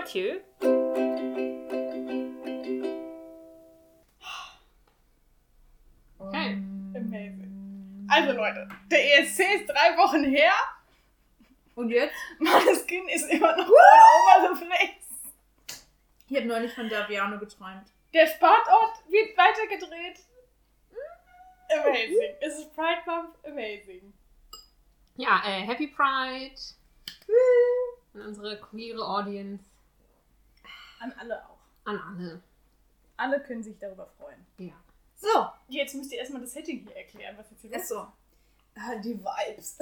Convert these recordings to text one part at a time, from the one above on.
Mathieu. Okay. Amazing. Also Leute, der ESC ist 3 Wochen her. Und jetzt? Måneskin ist immer noch ohne Oberreflex. Ich habe neulich von Daviano geträumt. Der Sportort wird weitergedreht. Amazing. Es ist Pride Month. Amazing. Ja, Happy Pride. An unsere queere Audience. An alle auch. An alle. Alle können sich darüber freuen. Ja. So. Jetzt müsst ihr erstmal das Setting hier erklären, was jetzt hier los ist. Achso. Die Vibes.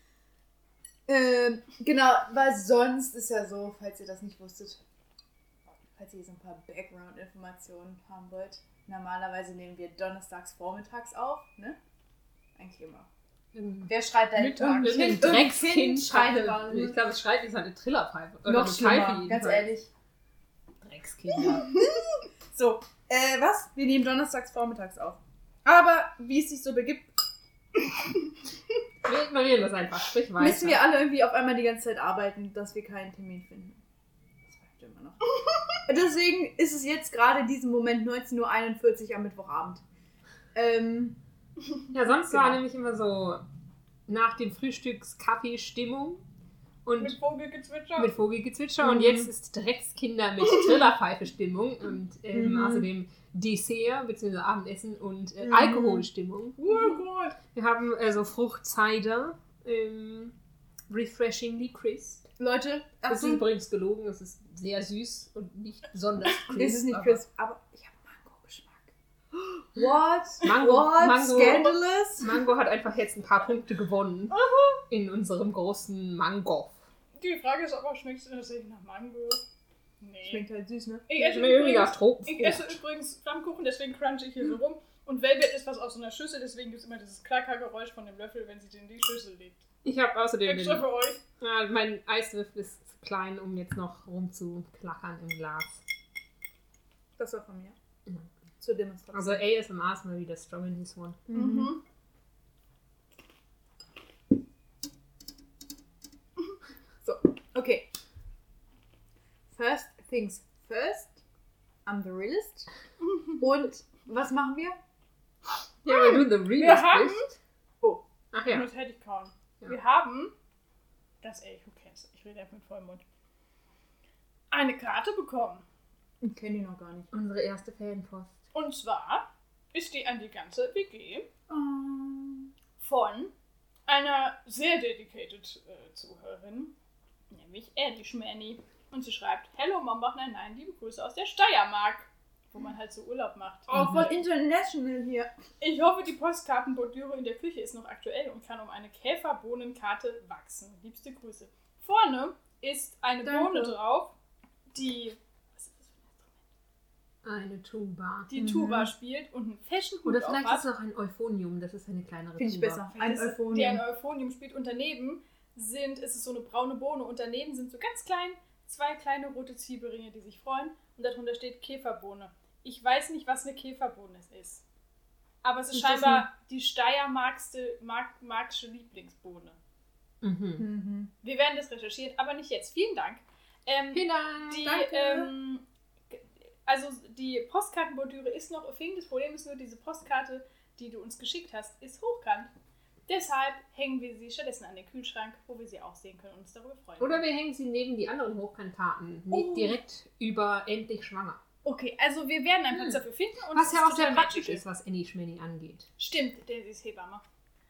Genau, weil sonst ist ja so, falls ihr das nicht wusstet, falls ihr so ein paar Background-Informationen haben wollt. Normalerweise nehmen wir donnerstags vormittags auf, ne? Eigentlich immer. Wer schreit da Mittag? Ein Dreckskind schreit. Ich glaube, es schreit wie so eine Trillerpfeife. Oder Noch eine schlimmer, Pfeife ganz jedenfalls. ehrlich. Dreckskinder. So, was? Wir nehmen donnerstags vormittags auf. Aber, wie es sich so begibt, Wir ignorieren das einfach. Sprich weiter. müssen wir alle irgendwie auf einmal die ganze Zeit arbeiten, dass wir keinen Termin finden. Das bleibt immer noch. Und deswegen ist es jetzt gerade in diesem Moment 19:41 Uhr am Mittwochabend. Ja, sonst war Genau. nämlich immer so nach dem Frühstückskaffee-Stimmung und Mit Vogelgezwitscher. mit Vogelgezwitscher Mhm. und jetzt ist Dreckskinder mit Trillerpfeife-Stimmung und außerdem Dessert bzw. Abendessen und Alkoholstimmung. Oh Gott. Wir haben also Fruchtcider, Refreshingly Crisp. Leute, Das ist Achtung, übrigens gelogen, das ist sehr süß und nicht besonders crisp. es ist nicht aber crisp, aber ich habe Mango-Geschmack. What? Mango- What? Mango- Scandalous? Mango hat einfach jetzt ein paar Punkte gewonnen in unserem großen Mango. Die Frage ist aber, schmeckt es tatsächlich nach Mango? Nee. Schmeckt halt süß, ne? Ich esse, Mehriger übrigens, Tropenfrucht. ich esse übrigens Flammkuchen, deswegen crunch ich hier so rum. Und Velvet ist was aus so einer Schüssel, deswegen gibt es immer dieses Klackergeräusch von dem Löffel, wenn sie den in die Schüssel legt. Ich habe außerdem Extra für euch. mein Eiswürfel ist zu klein, um jetzt noch rumzuklackern im Glas. Das war von mir. Ja. Zur Demonstration. Also ASMR ist mal wieder strong in this one. Mhm. So, okay. First things first. I'm the realist. Und was machen wir? Ja, weil du the Wir realist haben- bist. Oh. Ach ja. Das hätte ich kaum. Ja. Wir haben, who cares? Ich rede einfach mit vollem Mund. Eine Karte bekommen. Ich kenne die noch gar nicht. Unsere erste Fanpost. Und zwar ist die an die ganze WG Oh. von einer sehr dedicated Zuhörerin, nämlich Annie Schmanny. Und sie schreibt: Hello Mama, nein, liebe Grüße aus der Steiermark, wo man halt so Urlaub macht. Oh, voll international hier. Ich hoffe, die Postkartenbordüre in der Küche ist noch aktuell und kann um eine Käferbohnenkarte wachsen. Liebste Grüße. Vorne ist eine Danke. Bohne drauf, die, was ist das für ein Instrument? Eine Tuba. Die Tuba spielt und einen Fashion-Hut Oder vielleicht auf ist es auch ein Euphonium, das ist eine kleinere Finde ich Tuba. besser. Ein Die ein Euphonium. Euphonium spielt. Und daneben ist es so eine braune Bohne und daneben sind so ganz klein 2 kleine rote Zwiebelringe, die sich freuen. Und darunter steht Käferbohne. Ich weiß nicht, was eine Käferbohne ist. Aber es ist Ist das scheinbar die steiermarksche Lieblingsbohne. Mhm. Wir werden das recherchieren, aber nicht jetzt. Vielen Dank. Vielen Dank. Die, also die Postkartenbordüre ist noch Fing. Das Problem ist nur, diese Postkarte, die du uns geschickt hast, ist hochkant. Deshalb hängen wir sie stattdessen an den Kühlschrank, wo wir sie auch sehen können und uns darüber freuen. Oder wir hängen sie neben die anderen Hochkantkarten. Direkt über Endlich schwanger. Okay, also wir werden einen Platz dafür finden. Und Was es ja auch ist sehr total praktisch magical. ist, was Annie Schmanny angeht. Stimmt, der ist Hebamme.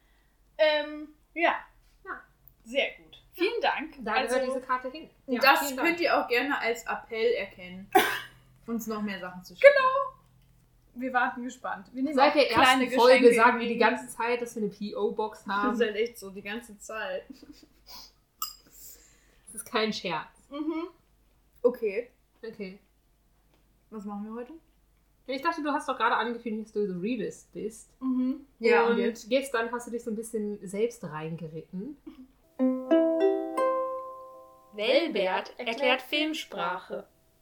Ja. Ja. Sehr gut. Vielen Dank. Da gehört diese Karte hin. Ja, Das vielen Dank. könnt ihr auch gerne als Appell erkennen, uns noch mehr Sachen zu schicken. Wir warten gespannt. Wir nehmen Seit auch der ersten kleine Folge Geschenke sagen wir die entgegen. ganze Zeit, dass wir eine P.O.-Box Das haben. ist halt echt so, die ganze Zeit. Das ist kein Scherz. Mhm. Okay, Okay. was machen wir heute? Ich dachte, du hast doch gerade angekündigt, dass du The Realist bist. Mhm. Ja, und und jetzt? gestern hast du dich so ein bisschen selbst reingeritten. Welbert erklärt Filmsprache.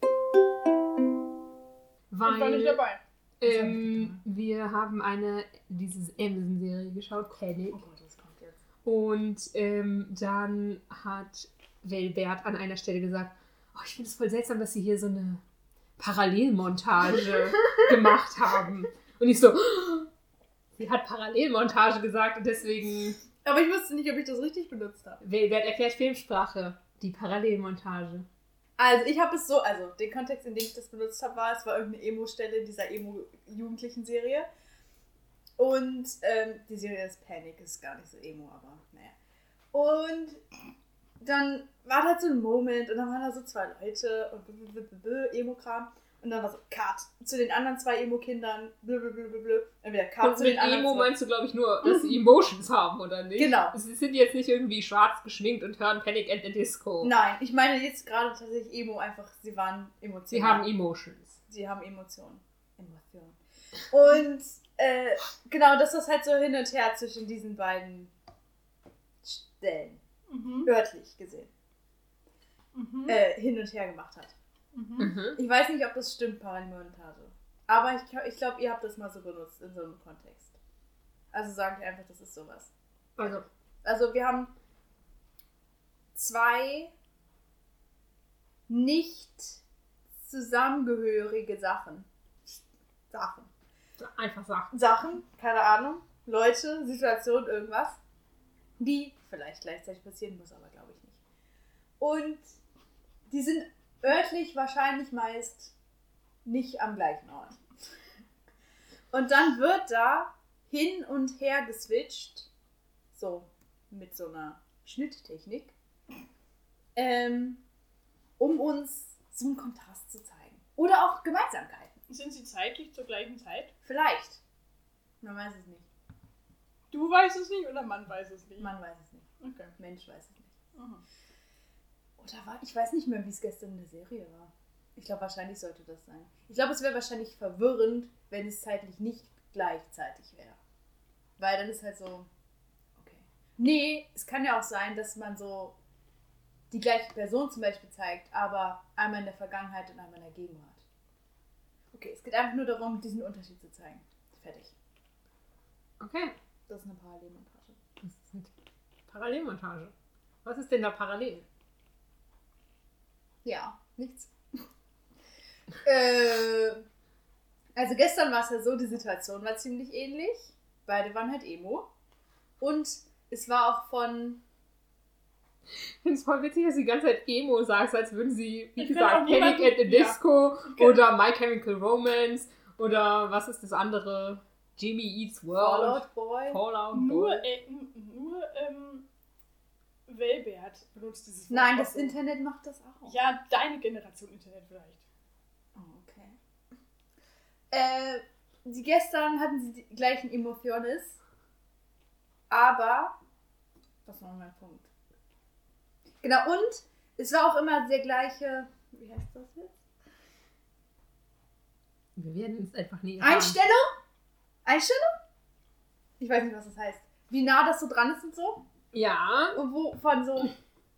Ich war nicht Weil dabei. wir haben diese Amazon-Serie geschaut, Panic. Oh Gott, das kommt jetzt. Und dann hat Welbert an einer Stelle gesagt, oh, ich finde es voll seltsam, dass sie hier so eine Parallelmontage gemacht haben. Und ich so, sie hat Parallelmontage gesagt und deswegen... Aber ich wusste nicht, ob ich das richtig benutzt habe. Wer erklärt Filmsprache? Die Parallelmontage. Also ich habe es so, also den Kontext, in dem ich das benutzt habe, war, es war irgendeine Emo-Stelle in dieser Emo-Jugendlichen-Serie. Und die Serie ist Panic, ist gar nicht so Emo, aber naja. Und dann war da so ein Moment und dann waren da so 2 Leute und Emo-Kram. Und dann war so Cut zu den anderen 2 Emo-Kindern, blablabla. Dann wieder Cut Und zu mit den anderen Emo 2. meinst du, glaube ich, nur, dass sie Emotions haben, oder nicht? Genau. Sie sind jetzt nicht irgendwie schwarz geschminkt und hören Panic at the Disco. Nein, ich meine jetzt gerade tatsächlich Emo, einfach, sie waren emotional. Sie haben Emotions. Sie haben Emotionen. Und genau, das ist halt so hin und her zwischen diesen beiden Stellen, örtlich gesehen, hin und her gemacht hat. Mhm. Ich weiß nicht, ob das stimmt, Parallelmontage. Aber ich glaube, ihr habt das mal so benutzt in so einem Kontext. Also sagt ihr einfach, das ist sowas. Also wir haben 2 nicht zusammengehörige Sachen. Einfach Sachen. Sachen, keine Ahnung, Leute, Situation, irgendwas, die vielleicht gleichzeitig passieren muss, aber glaube ich nicht. Und die sind örtlich wahrscheinlich meist nicht am gleichen Ort. Und dann wird da hin und her geswitcht, so mit so einer Schnitttechnik, um uns so einen Kontrast zu zeigen. Oder auch Gemeinsamkeiten. Sind sie zeitlich zur gleichen Zeit? Vielleicht. Man weiß es nicht. Du weißt es nicht oder man weiß es nicht? Man weiß es nicht. Okay. Mensch weiß es nicht. Mhm. Oder war, ich weiß nicht mehr, wie es gestern in der Serie war. Ich glaube, wahrscheinlich sollte das sein. Ich glaube, es wäre wahrscheinlich verwirrend, wenn es zeitlich nicht gleichzeitig wäre. Weil dann ist halt so, okay. Nee, es kann ja auch sein, dass man so die gleiche Person zum Beispiel zeigt, aber einmal in der Vergangenheit und einmal in der Gegenwart. Okay, es geht einfach nur darum, diesen Unterschied zu zeigen. Fertig. Okay. Das ist eine Parallelmontage. Das ist eine Parallelmontage. Was ist denn da parallel? Ja, nichts. Also gestern war es ja so, die Situation war ziemlich ähnlich. Beide waren halt Emo. Und es war auch von... Ich finde es voll witzig, dass du die ganze Zeit Emo sagst, als würden sie, wie Ich gesagt, kann auch Panic niemanden- at the Disco Ja. oder My Chemical Romance oder was ist das andere? Jimmy Eats World. Fallout Boy. Fallout Nur, Boy. Welbert benutzt dieses Wort. Nein, auch das so. Internet macht das auch. Ja, deine Generation Internet vielleicht. Oh, okay. Die gestern hatten sie die gleichen Emotionen, aber was war mein Punkt? Genau, und es war auch immer der gleiche, wie heißt das jetzt? Wir werden es einfach nie erfahren. Einstellung? Ich weiß nicht, was das heißt. Wie nah das so dran ist und so. Ja. Und wovon so,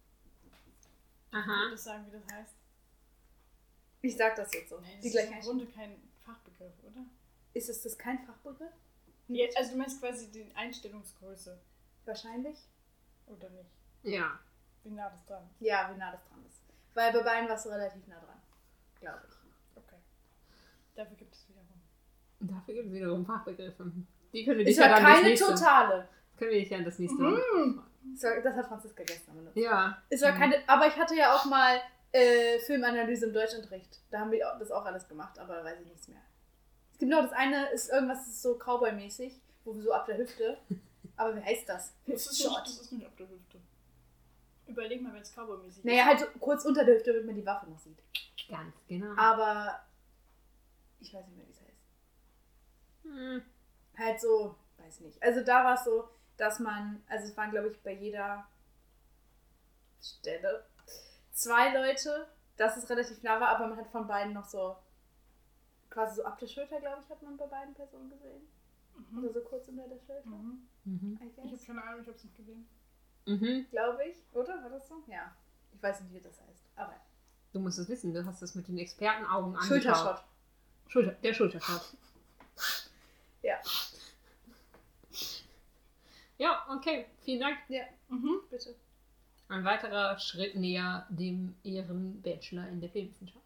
Aha. Ich würde sagen, wie das heißt. ich sag das jetzt so. Nee, das Die ist gleiche im Einstellung. Grunde kein Fachbegriff, oder? Ist das kein Fachbegriff? Jetzt, also du meinst quasi die Einstellungsgröße, Wahrscheinlich. oder nicht? Ja. Wie nah das dran ist. Ja, wie nah das dran ist. Weil bei beiden warst du relativ nah dran. Glaube ich. Okay. Dafür gibt es wiederum. Dafür gibt es wiederum Fachbegriffe. Die können wir Es dich ja war dann das keine nächste. totale. Können wir dich ja das nächste. Das hat Franziska gestern benutzt. Ja. Es war keine, aber ich hatte ja auch mal Filmanalyse im Deutschunterricht. Da haben wir das auch alles gemacht, aber weiß ich nichts mehr. Es gibt noch das eine, ist irgendwas das ist so Cowboy-mäßig, wo wir so ab der Hüfte. Aber wie heißt das? Das ist Short. nicht auf der Hüfte. Überleg mal, wenn es Cowboy-mäßig Naja, halt so kurz unter der Hüfte, damit man die Waffe noch sieht. Ganz genau. Aber ich weiß nicht mehr, wie es heißt. Hm. Halt so, weiß nicht. Also da war es so, dass man, also es waren glaube ich bei jeder Stelle 2 Leute, dass es relativ nah war, aber man hat von beiden noch so, quasi so ab der Schulter, glaube ich, hat man bei beiden Personen gesehen. Mhm. Oder so kurz unter der Schulter, Mhm. Mhm. I Ich habe guess. keine Ahnung, ich habe es nicht gesehen. Mhm. Glaube ich, oder? War das so? Ja. Ich weiß nicht, wie das heißt, aber Du musst es wissen, du hast das mit den Expertenaugen angeschaut. Schultershot. Der Schultershot. Ja. Ja, okay. Vielen Dank. Ja, Mhm. bitte. Ein weiterer Schritt näher dem Ehrenbachelor in der Filmwissenschaft.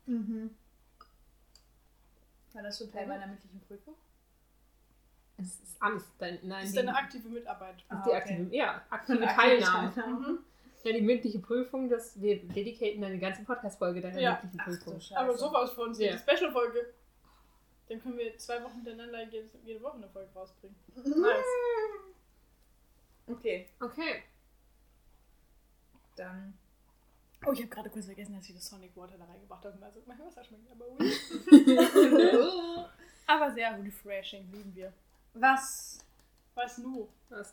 War das schon Teil meiner mündlichen Prüfung? Es ist alles Das ist eine aktive Mitarbeit. aktive Teilnahme. Ja, die mündliche Prüfung, wir dedicaten eine ganze Podcast-Folge deiner mündlichen Prüfung. Aber sowas von so eine Special-Folge. Dann können wir 2 Wochen hintereinander jede Woche eine Folge rausbringen. Nice. Okay. Dann. Oh, ich habe gerade kurz vergessen, dass ich das Sonic Water da reingebracht habe. Also mein Wasser schmeckt aber weird. Aber sehr refreshing, lieben wir. Was nu?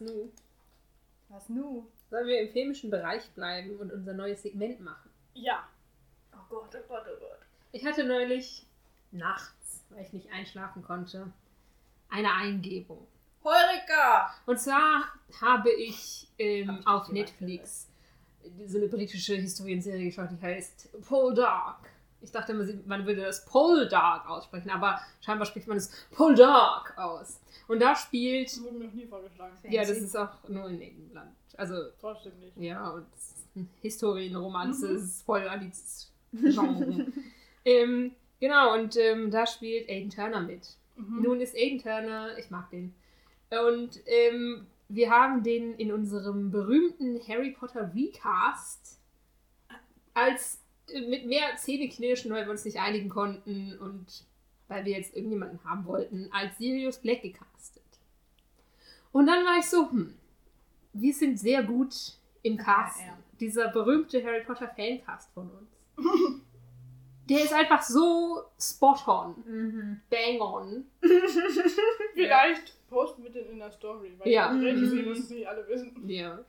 Sollen wir im filmischen Bereich bleiben und unser neues Segment machen? Ja. Oh Gott. Ich hatte neulich nachts, weil ich nicht einschlafen konnte, eine Eingebung. Heureka! Und zwar habe ich auf Netflix so eine britische Historienserie geschaut, die heißt Poldark. Ich dachte immer, man würde das Poldark aussprechen, aber scheinbar spricht man es Poldark aus. Und da spielt... Das wurde mir noch nie vorgeschlagen. Ja, das ist auch nur in England. Also... Trotzdem nicht. Ja, und Historienromanze ist voll an dieses Genre. Genau, und da spielt Aidan Turner mit. Nun ist Aidan Turner, ich mag den. Und wir haben den in unserem berühmten Harry Potter Recast als mit mehr Zähneknirschen, weil wir uns nicht einigen konnten und weil wir jetzt irgendjemanden haben wollten, als Sirius Black gecastet. Und dann war ich so, wir sind sehr gut im Casten. Ja. Dieser berühmte Harry Potter Fancast von uns. Der ist einfach so spot on. Bang on. Vielleicht posten wir den in der Story, weil wir das nicht alle wissen. Ja.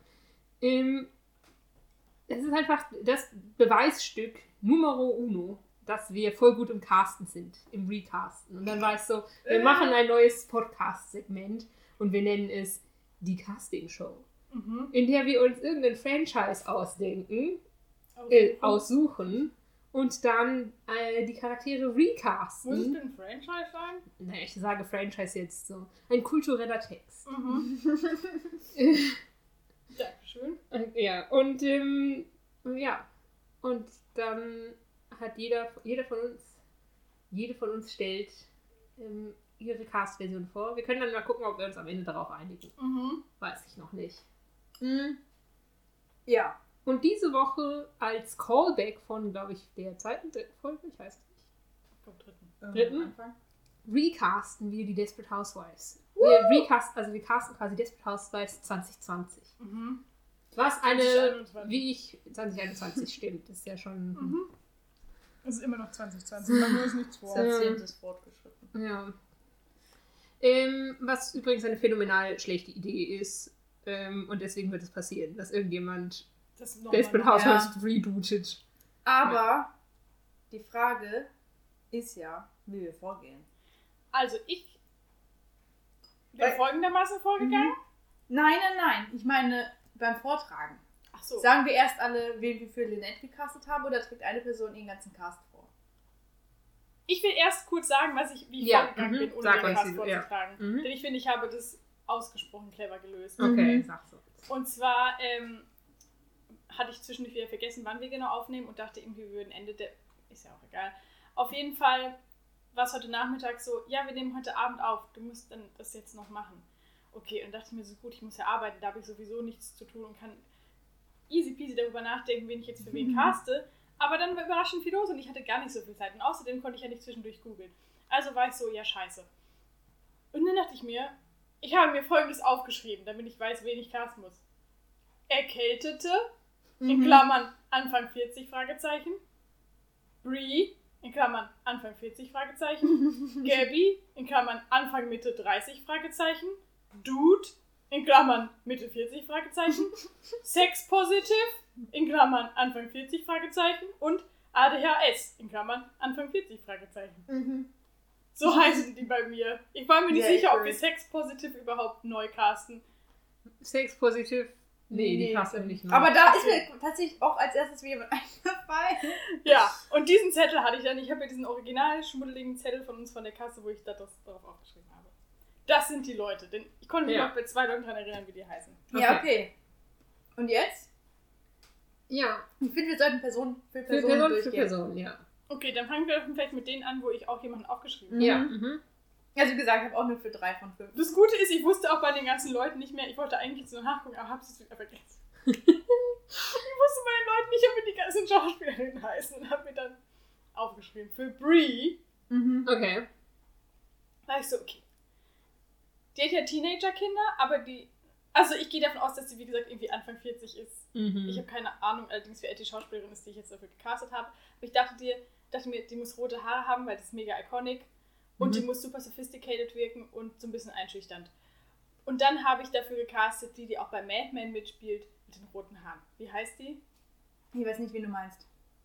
Es ist einfach das Beweisstück Numero uno, dass wir voll gut im Casten sind, im Recasten. Und dann war es so, wir machen ein neues Podcast-Segment und wir nennen es die Casting-Show. In der wir uns irgendein Franchise aussuchen und dann die Charaktere recasten. Muss es denn ein Franchise sein? Naja, ich sage Franchise jetzt so. Ein kultureller Text. Dankeschön. Ja, und und dann hat jede von uns stellt ihre Cast-Version vor. Wir können dann mal gucken, ob wir uns am Ende darauf einigen. Weiß ich noch nicht. Ja. Und diese Woche als Callback von, glaube ich, der dritten Folge, ich weiß nicht. Ich glaube dritten. Recasten wir die Desperate Housewives. Wir casten quasi Desperate Housewives 2020. Was 2021 stimmt, ist ja schon... Es ist immer noch 2020, machen wir uns nichts vor. Jahrzehntes fortgeschritten. Ja. Was übrigens eine phänomenal schlechte Idee ist. Und deswegen wird es passieren, dass irgendjemand Desperate Housewives rebootet. Aber die Frage ist ja, wie wir vorgehen. Also ich bin folgendermaßen vorgegangen. Nein. Ich meine beim Vortragen. Ach so. Sagen wir erst alle, wen wir für Lynette gecastet haben, oder trägt eine Person ihren ganzen Cast vor? Ich will erst kurz sagen, wie ich vorgegangen bin, ohne den Cast vorzutragen. Ja. Denn ich finde, ich habe das ausgesprochen clever gelöst. Okay, sag so. Und zwar hatte ich zwischendurch wieder vergessen, wann wir genau aufnehmen und dachte irgendwie, wir würden Ende der... Ist ja auch egal. Auf jeden Fall war es heute Nachmittag so, ja, wir nehmen heute Abend auf, du musst dann das jetzt noch machen. Okay, und dachte ich mir so, gut, ich muss ja arbeiten, da habe ich sowieso nichts zu tun und kann easy peasy darüber nachdenken, wen ich jetzt für wen caste. Aber dann war überraschend viel los und ich hatte gar nicht so viel Zeit. Und außerdem konnte ich ja nicht zwischendurch googeln. Also war ich so, ja, scheiße. Und dann dachte ich mir, ich habe mir Folgendes aufgeschrieben, damit ich weiß, wen ich casten muss. Erkältete, in Klammern Anfang 40, Fragezeichen. Bree, in Klammern Anfang 40, Fragezeichen. Gabby, in Klammern Anfang Mitte 30, Fragezeichen. Dude, in Klammern Mitte 40, Fragezeichen. Sex Positive, in Klammern Anfang 40, Fragezeichen. Und ADHS, in Klammern Anfang 40, Fragezeichen. So heißen die bei mir. Ich war mir nicht sicher, ob wir Sex Positive überhaupt neu casten. Sex Positive? Nee, die casten nicht neu. Aber da ist mir tatsächlich auch als erstes wieder jemand eingefallen. Ja, und diesen Zettel hatte ich dann. Ich habe ja diesen original schmuddeligen Zettel von uns von der Kasse, wo ich darauf aufgeschrieben habe. Das sind die Leute, denn ich konnte mich noch bei 2 Leuten daran erinnern, wie die heißen. Ja, okay. Und jetzt? Ja, Ich finde, wir sollten Person für für Person Person durchgehen. für Person, ja. Okay, dann fangen wir vielleicht mit denen an, wo ich auch jemanden aufgeschrieben habe. Mhm. Ja. Mhm. Also wie gesagt, ich habe auch nur für 3 von 5. Das Gute ist, ich wusste auch bei den ganzen Leuten nicht mehr. Ich wollte eigentlich so nachgucken, aber habe es wieder vergessen. Ich wusste bei den Leuten nicht, wie die ganzen Schauspielerinnen heißen und habe mir dann aufgeschrieben. Für Brie Okay. war ich so, okay. Die hat ja Teenager-Kinder, aber also ich gehe davon aus, dass sie, wie gesagt, irgendwie Anfang 40 ist. Ich habe keine Ahnung, allerdings, wie alt die Schauspielerin ist, die ich jetzt dafür gecastet habe. Aber ich dachte mir, die muss rote Haare haben, weil das ist mega iconic. Und die muss super sophisticated wirken und so ein bisschen einschüchternd. Und dann habe ich dafür gecastet, die auch bei Mad Men mitspielt, mit den roten Haaren. Wie heißt die? Ich weiß nicht, wen du meinst.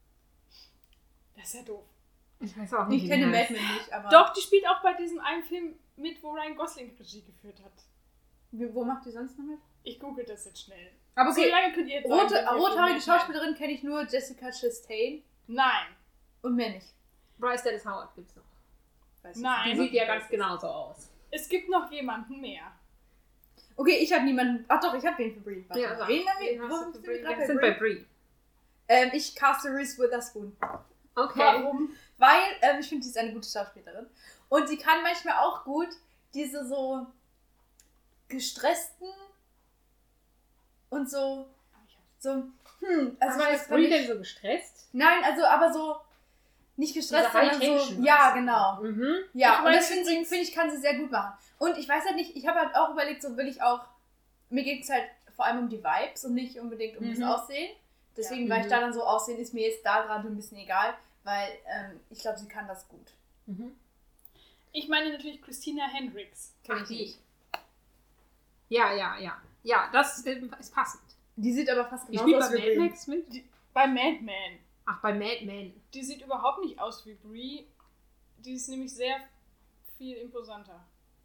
Das ist ja doof. Ich weiß auch nicht. Ich wie die kenne heißt. Mad Men nicht, aber... Doch, die spielt auch bei diesem einen Film mit, wo Ryan Gosling Regie geführt hat. Wo macht die sonst noch mit? Ich google das jetzt schnell. Aber okay, So lange könnt ihr jetzt sagen, wenn ihr rothaarige Film Schauspielerin kenne ich nur Jessica Chastain Nein. und mehr nicht. Bryce Dallas Howard gibt's noch. Weiß ich Nein. Die nicht. sieht ja ganz genauso aus. Es gibt noch jemanden mehr. Okay, ich habe niemanden... Ach doch, ich habe wen für Brie. Warte mal. sag. Wen haben wir? Wen Wo hast haben du für wir Brie? gerade Wir sind bei Brie. Ich caste Reese Witherspoon. Okay. Warum? Weil ich finde, sie ist eine gute Schauspielerin. Und sie kann manchmal auch gut diese so gestressten und so... Also Also war jetzt Brie denn so gestresst? Nein, also aber so nicht gestresst, Diese sondern so... Ja, genau. Mhm. Ja, Ich und meine, das finde ich, kann sie sehr gut machen. Und ich weiß halt nicht, ich habe halt auch überlegt, so will ich auch... Mir geht es halt vor allem um die Vibes und nicht unbedingt um das Aussehen. Deswegen war ich da dann so, Aussehen ist mir jetzt da gerade ein bisschen egal, weil ich glaube, sie kann das gut. Mhm. Ich meine natürlich Christina Hendricks. Kenn Ach, ich die. nicht. Ja. Ja, das ist passend. Die sieht aber fast Die genauso spielt aus bei wie Mad Brie. Max mit? Bei Mad Men. Ach, bei Mad Men. Die sieht überhaupt nicht aus wie Brie. Die ist nämlich sehr viel imposanter.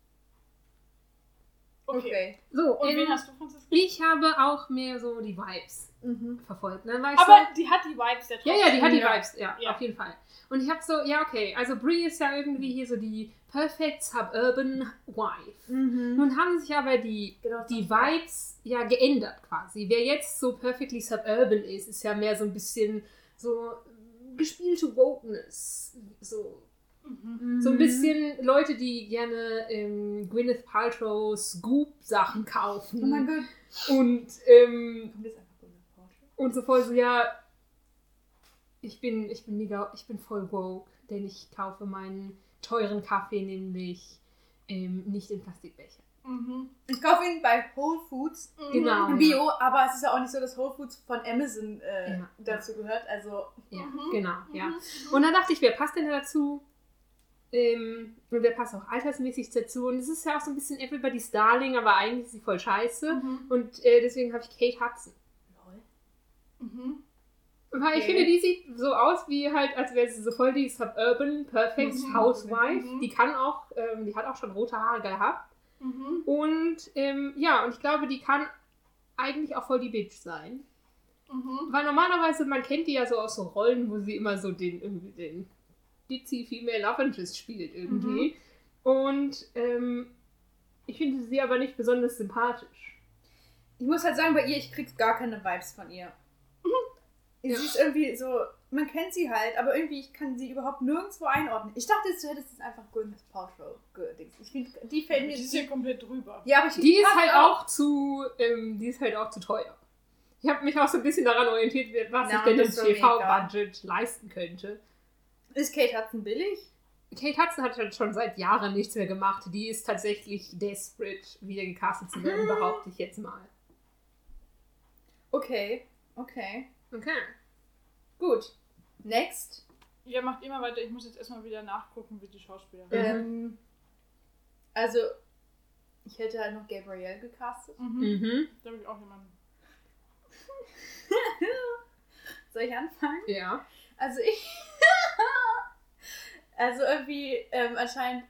Okay. So, Und wen hast du, Franziska? ich habe auch mehr so die Vibes Mhm. verfolgt. Dann war ich Aber die hat die Vibes der ja, die hat die Ja. Vibes, ja, Ja. auf jeden Fall. Und ich habe so, ja, okay, also Brie ist ja irgendwie hier so die perfect suburban wife. Mhm. Nun haben sich aber die Genau, Vibes ja geändert quasi. Wer jetzt so perfectly suburban ist ja mehr so ein bisschen so gespielte Wokeness. So ein bisschen Leute, die gerne Gwyneth Paltrow Scoop-Sachen kaufen. Oh mein Gott. Und, Kommt jetzt einfach Gwyneth Paltrow? und so voll so, ja, ich bin voll woke, denn ich kaufe meinen teuren Kaffee nämlich nicht in Plastikbecher. Mhm. Ich kaufe ihn bei Whole Foods. Genau. Im Bio, aber es ist ja auch nicht so, dass Whole Foods von Amazon Ja. dazu gehört. Also, Ja, Mhm. genau, ja. Und dann dachte ich, wer passt denn da dazu? Und wer passt auch altersmäßig dazu? Und es ist ja auch so ein bisschen Everybody's Darling, aber eigentlich ist sie voll scheiße. Mhm. Und deswegen habe ich Kate Hudson. Mhm. Weil ich Okay. finde, die sieht so aus wie halt, als wäre sie so voll die Suburban Perfect Mhm. Housewife. Mhm. Die kann auch, die hat auch schon rote Haare gehabt. Mhm. Und ja, und ich glaube, die kann eigentlich auch voll die Bitch sein. Mhm. Weil normalerweise, man kennt die ja so aus so Rollen, wo sie immer so den ditzy Female Love Interest spielt irgendwie. Und ich finde sie aber nicht besonders sympathisch. ich muss halt sagen, bei ihr, ich krieg gar keine Vibes von ihr. Ja. Sie ist irgendwie so, man kennt sie halt, aber irgendwie, ich kann sie überhaupt nirgendwo einordnen. Ich dachte jetzt, du hättest jetzt einfach Gwyneth Paltrow gedings. Ich finde, die fällt mir... Die ist ja komplett drüber. Ja, aber ich Die ist passt halt auch zu teuer. Ich habe mich auch so ein bisschen daran orientiert, was Na, ich denn das das ist doch mega. TV-Budget leisten könnte. Ist Kate Hudson billig? Kate Hudson hat halt schon seit Jahren nichts mehr gemacht. Die ist tatsächlich desperate, wieder gecastet zu werden, behaupte ich jetzt mal. Okay. Okay. Gut. Next. Ja, macht immer weiter. Ich muss jetzt erstmal wieder nachgucken, wie die Schauspielerin. Also, ich hätte halt noch Gabrielle gecastet. Mhm. Da habe ich auch jemanden. Soll ich anfangen? Ja. Also also irgendwie anscheinend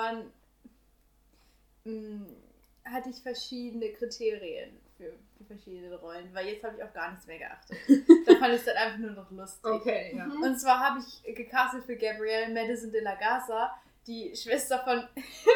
hatte ich verschiedene Kriterien für die verschiedenen Rollen, weil jetzt habe ich auf gar nichts mehr geachtet. Da fand ich es dann einfach nur noch lustig. Okay, ja. Und zwar habe ich gecastet für Gabrielle Madison de la Garza, die Schwester von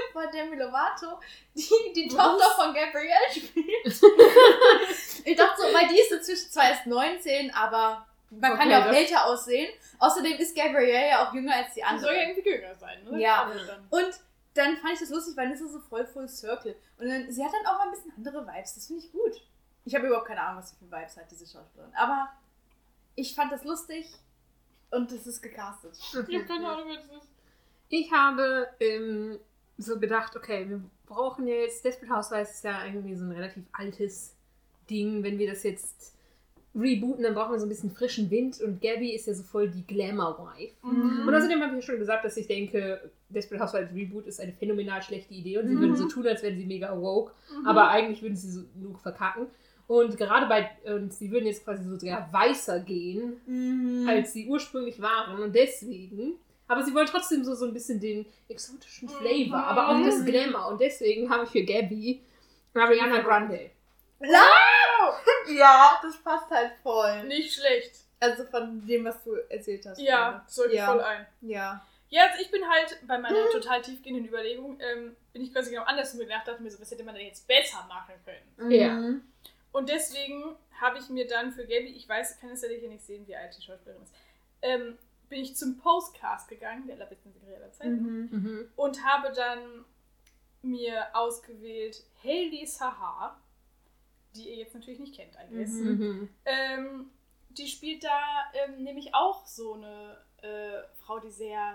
Demi Lovato, die Tochter von Gabrielle spielt. Ich dachte so, weil die ist inzwischen zwar erst 19, aber man kann ja auch älter aussehen. Außerdem ist Gabrielle ja auch jünger als die Die andere. soll ja irgendwie jünger sein, ne? Ja. Also dann. Und dann fand ich das lustig, weil das ist so voll Full Circle. Und dann, sie hat dann auch mal ein bisschen andere Vibes. Das finde ich gut. Ich habe überhaupt keine Ahnung, was sie für Vibes hat, diese Schauspielerin. Aber ich fand das lustig und das ist gecastet. Ich habe keine Ahnung, wer das ist. Ich habe so gedacht, okay, wir brauchen ja jetzt, Desperate Housewives ist ja irgendwie so ein relativ altes Ding. Wenn wir das jetzt rebooten, dann brauchen wir so ein bisschen frischen Wind und Gabby ist ja so voll die Glamour-Wife. Mhm. Und außerdem habe ich ja schon gesagt, dass ich denke, Desperate Housewives Reboot ist eine phänomenal schlechte Idee und sie würden so tun, als wären sie mega woke, aber eigentlich würden sie so nur verkacken. Und gerade sie würden jetzt quasi sogar weißer gehen, als sie ursprünglich waren und deswegen, aber sie wollen trotzdem so ein bisschen den exotischen Flavor, aber auch das Glamour und deswegen habe ich für Gabby Ariana Grande. Ja, das passt halt voll. Nicht schlecht. Also von dem, was du erzählt hast. Ja, so geht Ja. voll ein. Ja. Ja, also ich bin halt bei meiner total tiefgehenden Überlegung, bin ich quasi genau andersrum gedacht, dachte mir so, was hätte man denn jetzt besser machen können? Ja. Und deswegen habe ich mir dann für Gabby, ich weiß, kann es ja hier nicht sehen, wie alt die Schauspielerin ist, bin ich zum Postcast gegangen, der allerbesten Serie aller Zeiten, und habe dann mir ausgewählt Hailey Sahar, die ihr jetzt natürlich nicht kennt, I guess. Die spielt da nämlich auch so eine Frau, die sehr,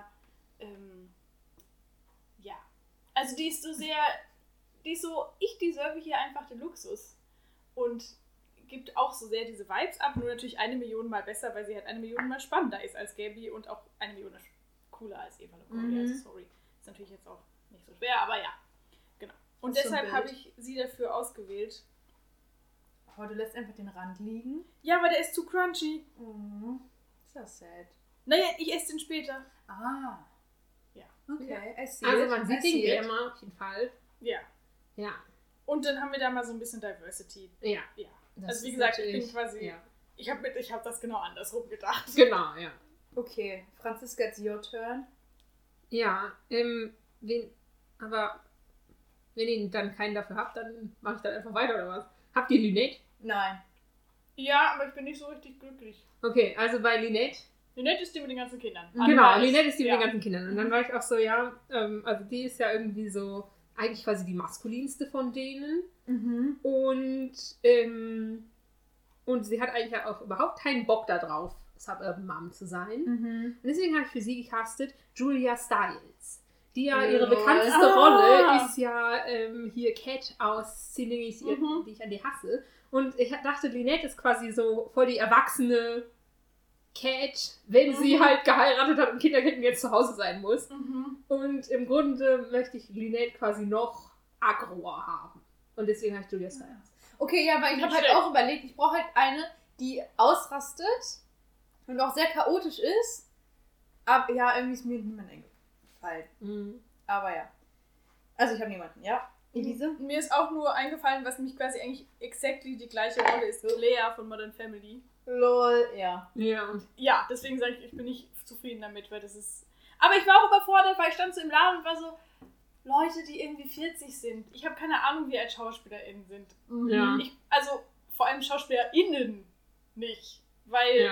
also die ist so, ich deserve hier einfach den Luxus und gibt auch so sehr diese Vibes ab, nur natürlich 1 Million mal besser, weil sie halt 1 Million mal spannender ist als Gabby und auch 1 Million cooler als Eva Longoria, also sorry, ist natürlich jetzt auch nicht so schwer, aber ja, genau. Und deshalb habe ich sie dafür ausgewählt. Oh, du lässt einfach den Rand liegen. Ja, aber der ist zu crunchy. Ist das sad. Naja, ich esse den später. Ah. Ja. Okay, I see Also it. man sieht I see den it. Glamour auf jeden Fall. Ja. Ja. Und dann haben wir da mal so ein bisschen Diversity. Ja. Ja. Das Also wie ist gesagt, ich bin natürlich- quasi, ja. ich hab das genau andersrum gedacht. Genau, ja. Okay, Franziska, it's your turn. Ja, aber wenn ihr dann keinen dafür habt, dann mache ich dann einfach weiter, oder was? Habt ihr Lynette? Nein. Ja, aber ich bin nicht so richtig glücklich. Okay, also bei Lynette. Lynette ist die mit den ganzen Kindern. Genau, Anna Lynette ist die mit ja. den ganzen Kindern. Und dann war ich auch so, ja, also die ist ja irgendwie so, eigentlich quasi die maskulinste von denen. Und sie hat eigentlich auch überhaupt keinen Bock darauf, Suburban Mom zu sein. Und deswegen habe ich für sie gecastet Julia Stiles. Die ja, ihre bekannteste Rolle ist ja hier Cat aus 10 Dinge, die ich an dir hasse. Und ich dachte, Lynette ist quasi so voll die erwachsene Cat, wenn sie halt geheiratet hat und Kinder kriegt und jetzt zu Hause sein muss. Und im Grunde möchte ich Lynette quasi noch aggroer haben. Und deswegen habe ich Julia Stiles. Okay, ja, weil ich Nicht habe halt schlecht. auch überlegt, ich brauche halt eine, die ausrastet und auch sehr chaotisch ist. Aber ja, irgendwie ist mir niemand eingefallen. Aber ja. Also ich habe niemanden, ja. Elise? Mir ist auch nur eingefallen, was nämlich quasi eigentlich exactly die gleiche Rolle ist. Claire von Modern Family. Lol, ja. Ja. Ja, deswegen sage ich bin nicht zufrieden damit, weil das ist... Aber ich war auch überfordert, weil ich stand so im Laden und war so, Leute, die irgendwie 40 sind. Ich habe keine Ahnung, wie alt SchauspielerInnen sind. Ja. Also vor allem SchauspielerInnen nicht. Weil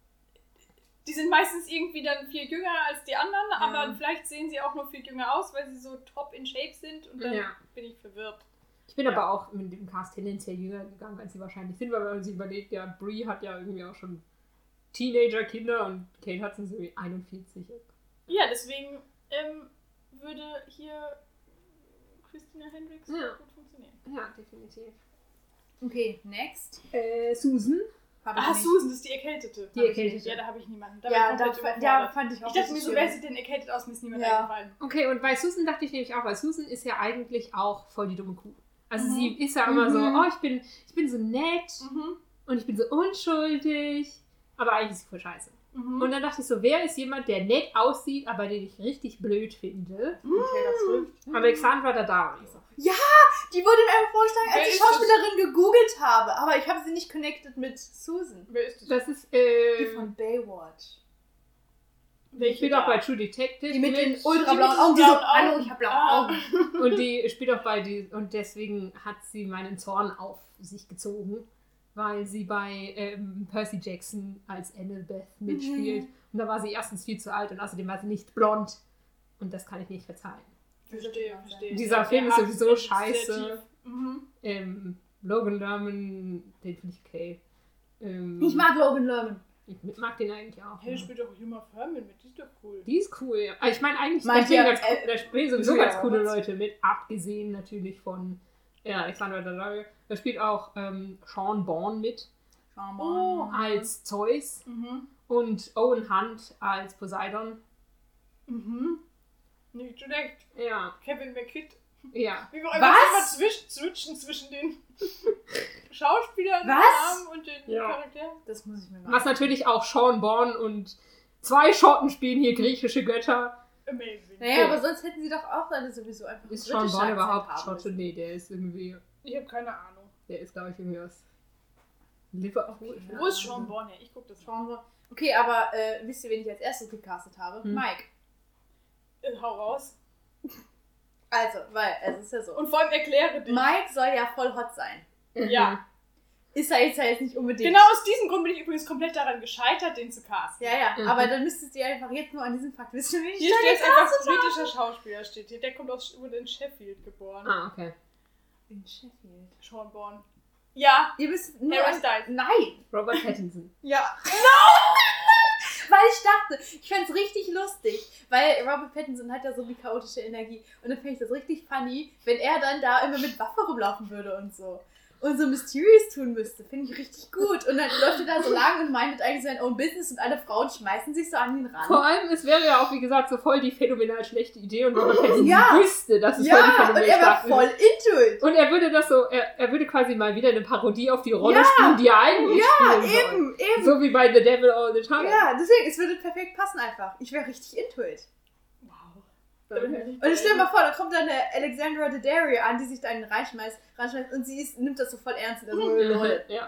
die sind meistens irgendwie dann viel jünger als die anderen, aber vielleicht sehen sie auch nur viel jünger aus, weil sie so top in shape sind und dann bin ich verwirrt. Ich bin aber auch mit dem Cast tendenziell jünger gegangen, als sie wahrscheinlich sind, weil wenn man sich überlegt, ja, Brie hat ja irgendwie auch schon Teenager-Kinder und Kate Hudson so wie 41. Ja, deswegen würde hier Christina Hendricks gut funktionieren. Ja, definitiv. Okay, next. Susan. Hab ich nicht. Susan, das ist die Erkältete. Die Erkältete. Ja, da habe ich niemanden. Ja, war ich komplett da überfordert. fand ich auch Ich dachte mir richtig so, schlimm. wer sieht denn erkältet aus, mir ist niemand Ja. eingefallen. Okay, und bei Susan dachte ich nämlich auch, weil Susan ist ja eigentlich auch voll die dumme Kuh. Also sie ist ja immer so, oh, ich bin so nett und ich bin so unschuldig, aber eigentlich ist sie voll scheiße. Und dann dachte ich so, wer ist jemand, der nett aussieht, aber den ich richtig blöd finde? Taylor Swift. Alexandra Daddario. Ja, die wurde mir einfach vorgeschlagen, Wer als ich ist das? Schauspielerin gegoogelt habe. Aber ich habe sie nicht connected mit Susan. Wer ist das? Das ist, Die von Baywatch. die spielt auch bei True Detective Die mit den mit. ultrablauen Augen. Die so, hallo, ich habe blaue Augen. Und die spielt auch bei die, und deswegen hat sie meinen Zorn auf sich gezogen. weil sie bei Percy Jackson als Annabeth mitspielt. Und da war sie erstens viel zu alt und außerdem war sie nicht blond. Und das kann ich nicht verzeihen. Verstehe. Dieser Film ist sowieso sehr scheiße. tief. Logan Lerman, den finde ich okay. Ich mag Logan Lerman. Ich mag den eigentlich auch. Hey, spielt doch Uma Thurman mit, die ist doch cool. Die ist cool, ja. Aber ich meine eigentlich, da spielen sowieso ganz coole Leute mit, abgesehen natürlich von Alexander Daddario. Da spielt auch Sean Bourne mit. Als Zeus und Owen Hunt als Poseidon. Nicht schlecht. Ja. Kevin McKidd. Ja. Wie wir einfach immer switchen zwischen den Schauspielern und den Charakteren. Das muss ich mir machen. Was natürlich auch Sean Bourne und 2 Schotten spielen hier griechische Götter. Amazing. Naja, aber sonst hätten sie doch auch alle sowieso einfach Ist Sean Bourne überhaupt Schotte? Nee, der ist irgendwie... Ich habe keine Ahnung. Der ist, glaube ich, irgendwie aus Liverpool. Okay. Wo ist Sean Bourne her? Ich gucke das mal. Okay, aber wisst ihr, wen ich als erstes gecastet habe? Mike. Hau raus. Also, weil, es ist ja so. Und vor allem erkläre dich. Mike soll ja voll hot sein. Ja. Ist er jetzt nicht unbedingt. Genau aus diesem Grund bin ich übrigens komplett daran gescheitert, den zu casten. Ja, aber dann müsstet ihr einfach jetzt nur an diesem Fakt wissen, wie ich Hier steht einfach britischer Schauspieler, steht hier. Der wurde in Sheffield geboren. Ah, okay. In Sheffield. Sean Bourne. Ja. Ihr wisst nur Harry Styles. Nein! Robert Pattinson. Ja. Weil ich dachte, ich fände es richtig lustig, weil Robert Pattinson hat ja so wie chaotische Energie. Und dann fände ich das richtig funny, wenn er dann da immer mit Waffe rumlaufen würde und so. Und so mysterious tun müsste. Finde ich richtig gut. Und dann läuft er da so lang und meintet eigentlich sein own business und alle Frauen schmeißen sich so an ihn ran. Vor allem, es wäre ja auch, wie gesagt, so voll die phänomenal schlechte Idee und Robert Pattinson Ja. wüsste, dass es voll die Ja, und phänomenal er war schlechte voll into it. ist. Und er würde das so, er würde quasi mal wieder eine Parodie auf die Rolle spielen, die er eigentlich spielen soll. Eben. So wie bei The Devil All the Time. Ja, deswegen, es würde perfekt passen einfach. Ich wäre richtig into it. Wow. Und stell dir mal vor, da kommt dann eine Alexandra Daddario an, die sich da einen reinschmeißt und sie nimmt das so voll ernst. Also, lol. Ja.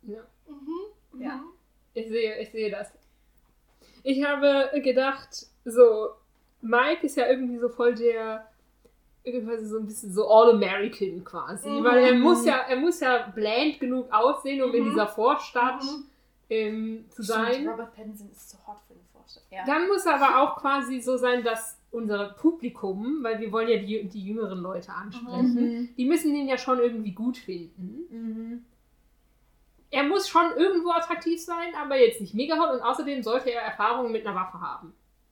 Ja. Ich sehe das. Ich habe gedacht, so, Mike ist ja irgendwie so voll der, quasi so ein bisschen so All-American quasi. Weil er muss ja bland genug aussehen, um in dieser Vorstadt zu sein. Robert Pattinson ist zu hot für eine Vorstadt. Ja. Dann muss er aber auch quasi so sein, dass unser Publikum, weil wir wollen ja die jüngeren Leute ansprechen, die müssen den ja schon irgendwie gut finden. Er muss schon irgendwo attraktiv sein, aber jetzt nicht mega hot und außerdem sollte er Erfahrungen mit einer Waffe haben.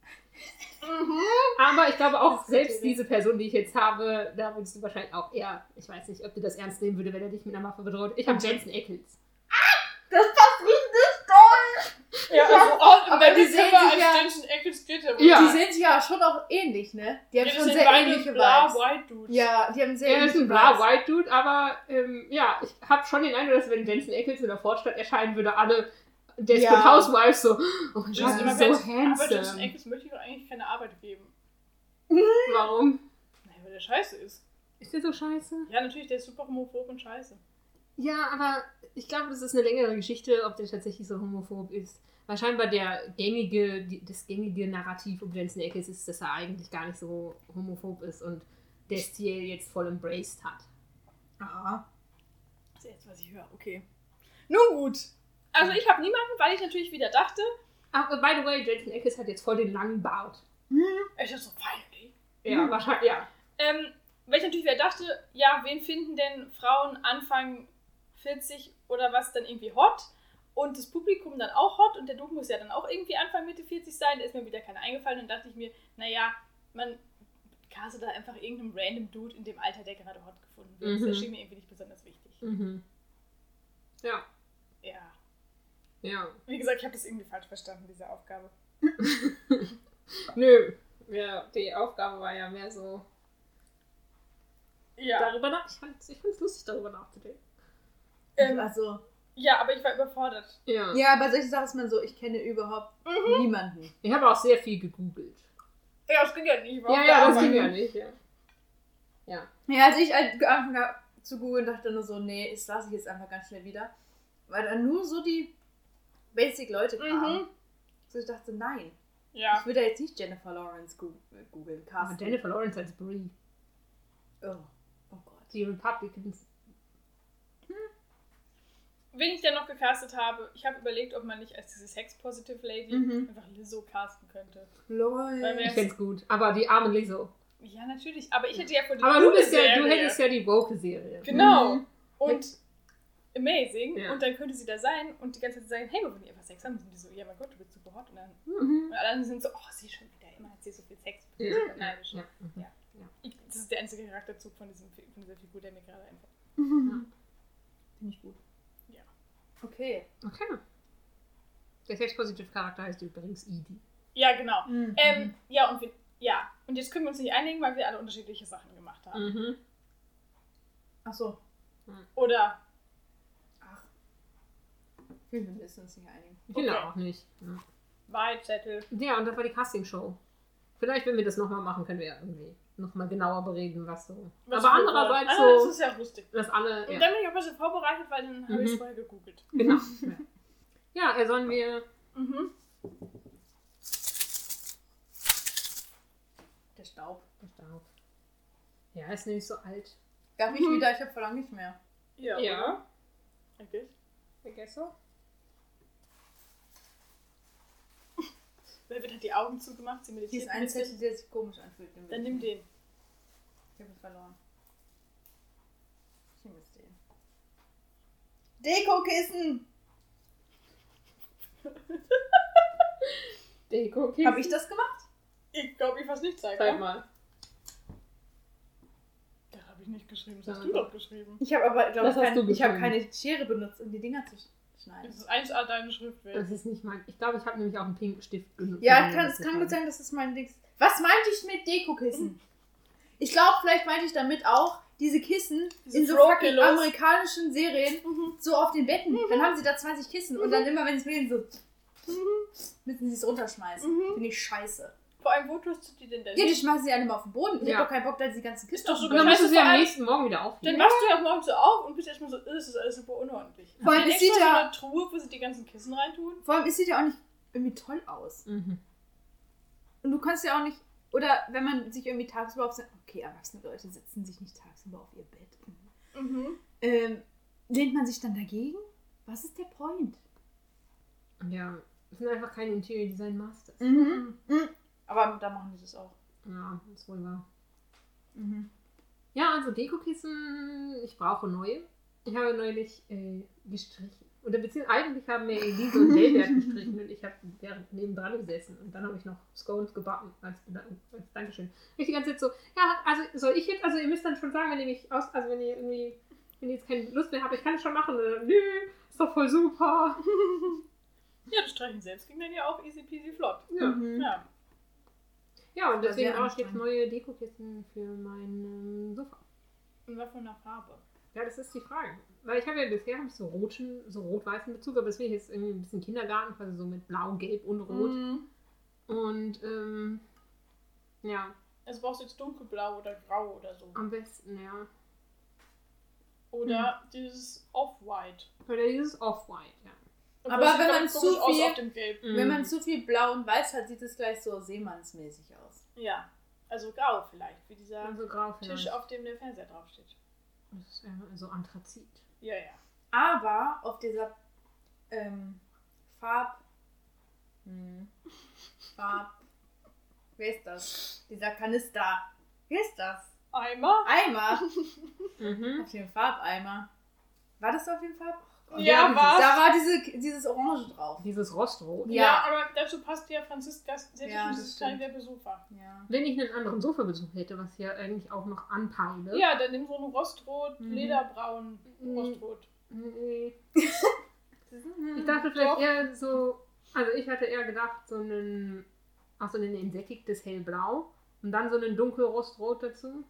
Aber ich glaube auch, selbst diese Person, die ich jetzt habe, da würdest du wahrscheinlich auch eher, ich weiß nicht, ob du das ernst nehmen würde, wenn er dich mit einer Waffe bedroht. Ich habe Jensen Ackles. Das passt richtig toll! Ja, aber die sehen sich ja... Jensen Ackles geht ja. Die sehen sich ja schon auch ähnlich, ne? Die haben schon sehr ähnliche Vibes. White Dudes. Ja, die haben sehr Er ähnliche ist ein bla-white Dude, aber ja, ich habe schon den Eindruck, dass wenn Jensen Ackles in der Vorstadt erscheinen würde, alle Desperate Housewives so, oh mein Gott, Ja, die ist so aber Jensen handsome. Ackles möchte ich doch eigentlich keine Arbeit geben. Warum? Naja, weil der scheiße ist. Ist der so scheiße? Ja, natürlich, der ist super homophob und scheiße. Ja, aber ich glaube, das ist eine längere Geschichte, ob der tatsächlich so homophob ist. Weil scheinbar das gängige Narrativ um Jensen Ackles ist, dass er eigentlich gar nicht so homophob ist und der Stil jetzt voll embraced hat. Aha. Das ist jetzt, was ich höre. Okay. Nun gut. Also ich habe niemanden, weil ich natürlich wieder dachte... Ach, by the way, Jensen Ackles hat jetzt voll den langen Bart. Ich dachte so, finally. Ja, wahrscheinlich, ja. Weil ich natürlich wieder dachte, ja, wen finden denn Frauen Anfang 40 oder was dann irgendwie hot? Und das Publikum dann auch hot und der Dude muss ja dann auch irgendwie Anfang Mitte 40 sein. Da ist mir wieder keiner eingefallen und dachte ich mir, naja, man castet da einfach irgendeinen random Dude in dem Alter, der gerade hot gefunden wird. Das schien mir irgendwie nicht besonders wichtig. Ja. Ja. Ja. Wie gesagt, ich habe das irgendwie falsch verstanden, diese Aufgabe. Nö. Ja, die Aufgabe war ja mehr so Ja. darüber nach. Ich fand's lustig, darüber nachzudenken. Also... Ja, aber ich war überfordert. Ja. Ja, bei solchen Sachen ist man so, ich kenne überhaupt niemanden. Ich habe auch sehr viel gegoogelt. Ja, das ging ja nicht. Ja, das ging ja nicht, ja. Ja. Ja, als ich angefangen habe zu googeln, dachte nur so, nee, das lasse ich jetzt einfach ganz schnell wieder. Weil dann nur so die Basic-Leute kamen. So ich dachte, nein. Ja. Ich würde da jetzt nicht Jennifer Lawrence googeln. Aber Jennifer Lawrence als Brie. Oh Gott. Die Republicans. wen ich dann noch gecastet habe, ich habe überlegt, ob man nicht als diese Sex-Positive Lady einfach Lizzo casten könnte. Lol. Weil wir Ich find's gut. Aber die arme Lizzo. Ja, natürlich. Aber ich hätte ja von Aber du hättest ja die Woke-Serie. Genau. Und amazing. Ja. Und dann könnte sie da sein und die ganze Zeit sagen, hey, wir wollen einfach Sex haben. Und die so, ja mein Gott, du bist super hot. Und dann und alle anderen sind so, oh, sie schon wieder, immer hat sie so viel Sex. Ich bin super neidisch. Ja. Das ist der einzige Charakterzug von dieser Figur, der mir gerade einfällt. Finde ich gut. Ja. Okay. Okay. Der Sex-Positive-Charakter heißt übrigens Edie. Ja, genau. Und jetzt können wir uns nicht einigen, weil wir alle unterschiedliche Sachen gemacht haben. Ach so. Oder? Ach. Wir müssen uns nicht einigen. Ich finde Okay. auch nicht. Ja. Wahlzettel. Ja, und das war die Castingshow. Vielleicht, wenn wir das nochmal machen, können wir ja irgendwie nochmal genauer bereden, was so. Was aber wir andererseits wollen. so, Das ist ja lustig. dass alle. Und Ja, dann bin ich auch ein bisschen vorbereitet, weil dann habe ich es vorher gegoogelt. genau. Ja, sollen wir. Der Staub. Ja, ist nämlich so alt. Darf ich wieder? Ich habe vor lange nicht mehr. Ja. Ja. Okay. Vergesst so? Velvet hat die Augen zugemacht, sie Hier meditiert ist ein bisschen. Zettel, der sich komisch anfühlt. Dann nimm den. Ich habe ihn verloren. Ich nehme jetzt den. Dekokissen! Deko. Habe ich das gemacht? Ich glaube, ich was nicht zeigen. Zeig mal. Das habe ich nicht geschrieben, das hast Ja. du doch geschrieben. Ich habe aber, glaube Das hast du ich habe geschrieben. keine Schere benutzt, um die Dinger zu schneiden. Das ist 1A deine Schriftwelt. Das ist nicht mein. Ich glaube, ich habe nämlich auch einen pinken Stift benutzt. Ja, es kann gut sein, dass das mein Ding ist. Was meinte ich mit Dekokissen? Ich glaube, vielleicht meinte ich damit auch diese Kissen Diese in so fucking Throw-Pillows. amerikanischen Serien so auf den Betten. Dann haben sie da 20 Kissen und dann immer, wenn sie wählen, so müssen sie es runterschmeißen. Finde ich scheiße. Vor allem, wo tust du die denn Ja, die schmeißen sie alle mal auf den Boden. Ich Ja. habe doch keinen Bock, da die ganzen Kisten Ist doch auf so den Und dann Boden. musst du sie am Vor allem- nächsten Morgen wieder Dann aufnehmen. machst du ja morgens so auf und bist erstmal so, das ist alles super unordentlich. Vor allem, Haben die es sieht extra ja- so eine Truhe, wo sie die ganzen Kissen reintun? Vor allem, es sieht ja auch nicht irgendwie toll aus. Mhm. Und du kannst ja auch nicht, oder wenn man sich irgendwie tagsüber auf okay, erwachsene Leute setzen sich nicht tagsüber auf ihr Bett. Lehnt man sich dann dagegen? Was ist der Point? Ja, das sind einfach keine Interior Design Masters. Aber da machen die das auch. Ja, ist wohl wahr. Ja, also Dekokissen, ich brauche neue. Ich habe neulich gestrichen. Oder beziehungsweise eigentlich haben mir Elise und Delbert gestrichen und ich habe nebendran gesessen. Und dann habe ich noch Scones gebacken als Dankeschön. Ich die ganze Zeit so, ja, also soll ich jetzt, also ihr müsst dann schon sagen, wenn ihr jetzt keine Lust mehr habt, ich kann es schon machen. Oder, nö, ist doch voll super. Ja, das Streichen selbst ging dann ja auch easy peasy flott. Ja. Ja. Ja, und Das ist deswegen sehr brauche ich jetzt anstrengend. neue Dekokissen für mein Sofa. Und was von der Farbe? Ja, das ist die Frage. Weil ich habe ja bisher so rot-weißen Bezug, aber das finde ich jetzt irgendwie ein bisschen Kindergarten, quasi so mit Blau, Gelb und Rot. Und ja, Also brauchst du jetzt dunkelblau oder grau oder so. am besten, ja. Oder dieses Off-White. Oder dieses Off-White, ja. Und Aber das sieht wenn ganz man zu komisch aus viel- auf dem Gelb. Wenn man zu viel Blau und Weiß hat, sieht es gleich so seemannsmäßig aus. Ja. Also grau vielleicht, wie dieser Also grau Tisch, vielleicht. auf dem der Fernseher draufsteht. Das ist so Anthrazit. Ja, ja. Aber auf dieser wer ist das? Dieser Kanister. Wer ist das? Eimer? Eimer. Mhm. Auf dem Farbeimer. War das auf dem Farb? Ja, dieses- was? Da war dieses Orange drauf. Dieses Rostrot. Ja. Ja. aber dazu passt ja Franziskas Ja, ja, das dieses stimmt. kleine Sofa. Ja. Wenn ich einen anderen Sofabezug hätte, was ja eigentlich auch noch anpeile. Ja, dann nimm so einen Rostrot, lederbraun Rostrot. Nee. Ich dachte vielleicht Doch. eher so, also ich hatte eher gedacht, so ein entsättigtes Hellblau und dann so ein dunkelrostrot dazu.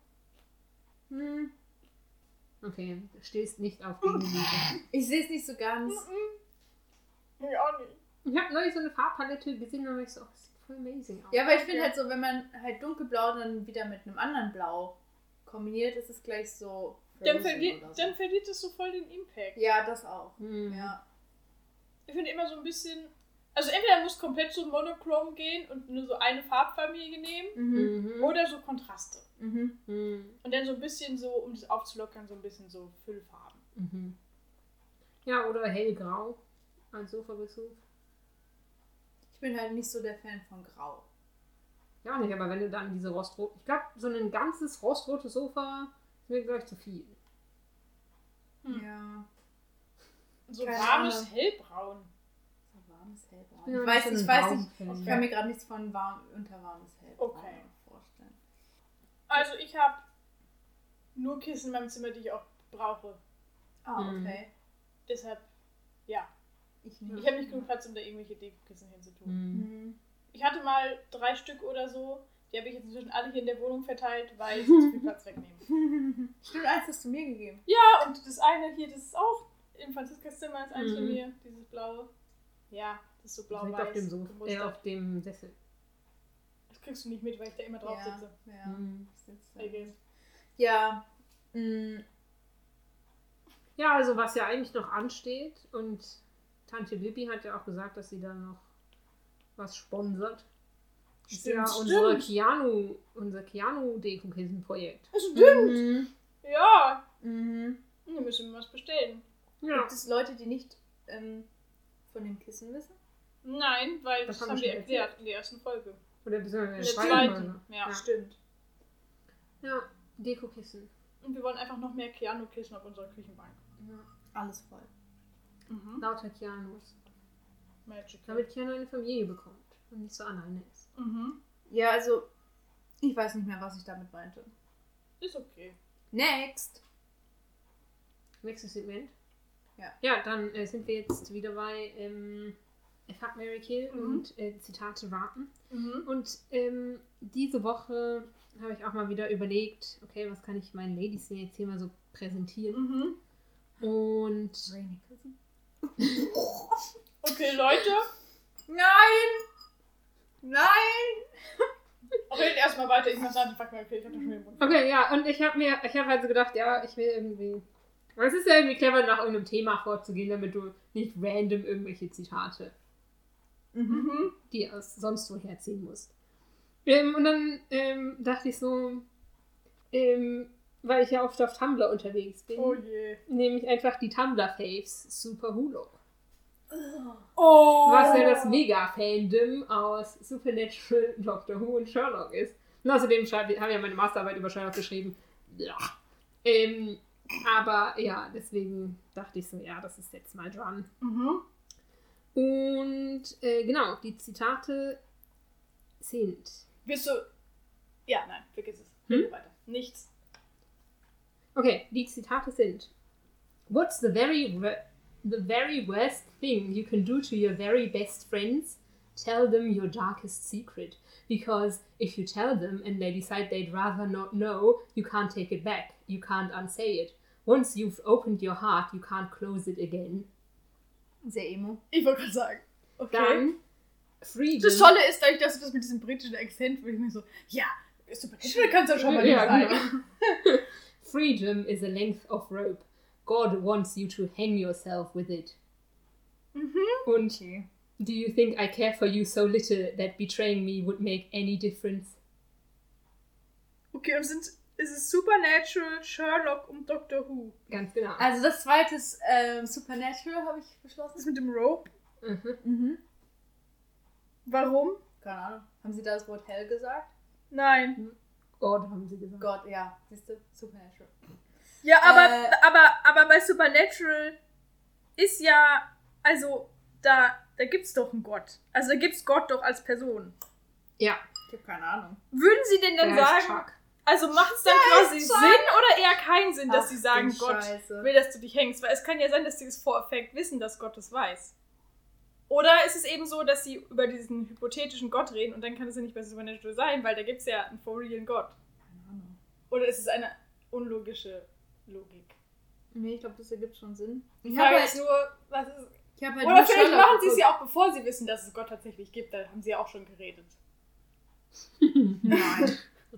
Okay, du stehst nicht auf Gegenliebe. Ich sehe es nicht so ganz. Ich auch nicht. Ich habe neulich so eine Farbpalette gesehen und ich so, oh, das sieht voll amazing aus. Ja, aber ich finde halt so, wenn man halt dunkelblau dann wieder mit einem anderen Blau kombiniert, ist es gleich so. Dann Frozen verliert, oder so. dann verliert es so voll den Impact. Ja, das auch. Mhm. Ja. Ich finde immer so ein bisschen. Also entweder muss komplett so monochrom gehen und nur so eine Farbfamilie nehmen. Mhm. Oder so Kontraste. Mhm. Mhm. Und dann so ein bisschen so, um das aufzulockern, so ein bisschen so Füllfarben. Mhm. Ja, oder hellgrau als Sofabezug. Ich bin halt nicht so der Fan von Grau. Ja, nicht, aber wenn du dann diese rostrote... Ich glaube, so ein ganzes rostrotes Sofa ist mir gleich zu viel. Ja. So Keine warmes Ahnung. Hellbraun. So warmes Hellbraun. Ja, Ich weiß so ein nicht, Braunfeld. ich kann mir gerade nichts von unterwarmes Hellbraun Okay. vorstellen. Also ich habe nur Kissen in meinem Zimmer, die ich auch brauche. Ah, okay. Deshalb, ja. Ich nicht. Ich habe nicht genug Platz, um da irgendwelche Dekokissen hinzutun. Mhm. Ich hatte mal 3 Stück oder so. Die habe ich jetzt inzwischen alle hier in der Wohnung verteilt, weil sie zu viel Platz wegnehmen. Stimmt, eins hast du mir gegeben. Ja, und das eine hier, das ist auch im Franziskas Zimmer, ist eins von Mhm. mir. Dieses blaue. Ja, das ist so Liegt blau-weiß. auf dem Sofa, gemustert. auf dem Sessel. Das kriegst du nicht mit, weil ich da immer drauf Ja, sitze. ja. Mhm. Egal. Ja. Ja, also was ja eigentlich noch ansteht und Tante Bibi hat ja auch gesagt, dass sie da noch was sponsert. Ist ja unser Keanu-Deko-Kissen-Projekt. Stimmt. Ja, Mhm. wir müssen was bestellen. Ja. Gibt es Leute, die nicht von den Kissen wissen? Nein, weil Das das haben haben wir wir schon erklärt in der ersten Folge. Oder beziehungsweise in In der der zweiten zweiten. Folge. Ja. Ja. Stimmt. Ja, Deko-Kissen. Und wir wollen einfach noch mehr Keanu-Kissen auf unserer Küchenbank. Ja. Alles voll. Lauter Keanus. Magic. Damit Keanu eine Familie bekommt und nicht so alleine ist. Ja, also, ich weiß nicht mehr, was ich damit meinte. Ist okay. Next! Nächstes Segment. Ja. Ja, dann sind wir jetzt wieder bei Fuck, Marry, Kill und Zitate raten. Und diese Woche habe ich auch mal wieder überlegt, okay, was kann ich meinen Ladies denn jetzt hier mal so präsentieren? Und Ray Nicholson? Okay, Leute. Nein! Nein! Redet erstmal weiter, ich mach dann Fuck, Marry, Kill. Ich hab das schon im Mund. okay, ja, und ich habe halt so gedacht, ja, ich will irgendwie... Aber es ist ja irgendwie clever, nach irgendeinem Thema vorzugehen, damit du nicht random irgendwelche Zitate, die aus sonst woher ziehen musst. Und dann dachte ich so, weil ich ja oft auf Tumblr unterwegs bin, Oh je. nehme ich einfach die Tumblr-Faves Super Hulo. Oh. Was ja das Mega-Fandom aus Supernatural, Doctor Who und Sherlock ist. Und außerdem habe ich ja meine Masterarbeit über Sherlock geschrieben. Ja. Aber ja, deswegen dachte ich so, ja, das ist jetzt mal dran. Und genau, die Zitate sind... Wirst du... Ja, nein, vergiss es. Rede weiter. Nichts. Okay, die Zitate sind: What's the very worst thing you can do to your very best friends? Tell them your darkest secret. Because if you tell them and they decide they'd rather not know, you can't take it back. You can't unsay it. Once you've opened your heart, you can't close it again. Sehr emo. Ich wollte gerade sagen. Okay. Dann Freedom. Das Tolle ist dadurch, dass du das mit diesem britischen Akzent, wo ich mir so, ja, Supernatural kannst du schon mal nicht Ja, sein. genau. Freedom is a length of rope. God wants you to hang yourself with it. Und Okay. do you think I care for you so little that betraying me would make any difference? Okay, und ist es Supernatural, Sherlock und Doctor Who? Ganz genau. Also das zweite ist Supernatural, habe ich Das beschlossen. mit dem Rope? Mhm. Warum? Keine Ahnung. Haben Sie da das Wort hell gesagt? Nein. God, haben sie gesagt. Gott, ja. Siehst du? Supernatural. Ja, aber bei Supernatural ist ja, also, da gibt's doch einen Gott. Also da gibt's Gott doch als Person. Ja. Ich habe keine Ahnung. Würden Sie denn dann Der heißt sagen, Chuck. also macht es dann quasi Chuck. Sinn oder eher keinen Sinn, dass Ach, Sie sagen, du Gott Scheiße. will, dass du dich hängst? Weil es kann ja sein, dass Sie es voreffekt wissen, dass Gott es weiß. Oder ist es eben so, dass Sie über diesen hypothetischen Gott reden und dann kann es ja nicht bei Supernatural sein, weil da gibt es ja einen for real Gott. Keine Ahnung. Oder ist es eine unlogische Logik? Nee, ich glaube, das ergibt schon Sinn. Ich Ich habe frage halt, jetzt nur, was ist... ich hab halt Oder nur vielleicht Sherlock machen Sie es geguckt. ja auch, bevor Sie wissen, dass es Gott tatsächlich gibt. Da haben Sie ja auch schon geredet. Nein.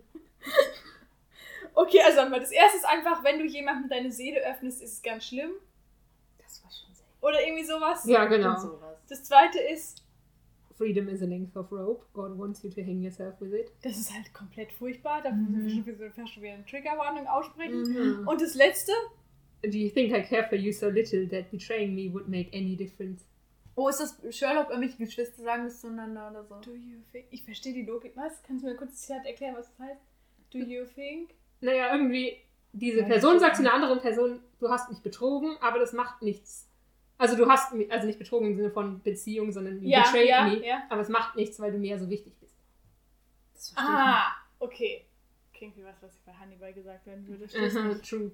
Okay, also haben wir das erste ist einfach, wenn du jemandem deine Seele öffnest, ist es ganz schlimm. Das war schon sehr Oder irgendwie sowas. Ja, genau. und sowas. Das zweite ist, Freedom is a length of rope. God wants you to hang yourself with it. das ist halt komplett furchtbar. Da müssen wir schon wieder eine Triggerwarnung aussprechen. Mhm. Und das letzte, Do you think I care for you so little that betraying me would make any difference? Oh, ist das Sherlock? Irgendwelche Geschwister sagen das zueinander oder so? Do you think... Ich verstehe die Logik. Was? Kannst du mir kurz das Zitat erklären, was das heißt? Do you think... Naja, irgendwie, diese Ja, Person ich sagt zu weiß einer anderen Person, du hast mich betrogen, aber das macht nichts. Also du hast mich, also nicht betrogen im Sinne von Beziehung, sondern you betrayed me, ja. aber es macht nichts, weil du mir ja so wichtig bist. Das verstehe ich nicht. Okay. Klingt wie was ich bei Hannibal gesagt werden würde. Stimmt nicht. True.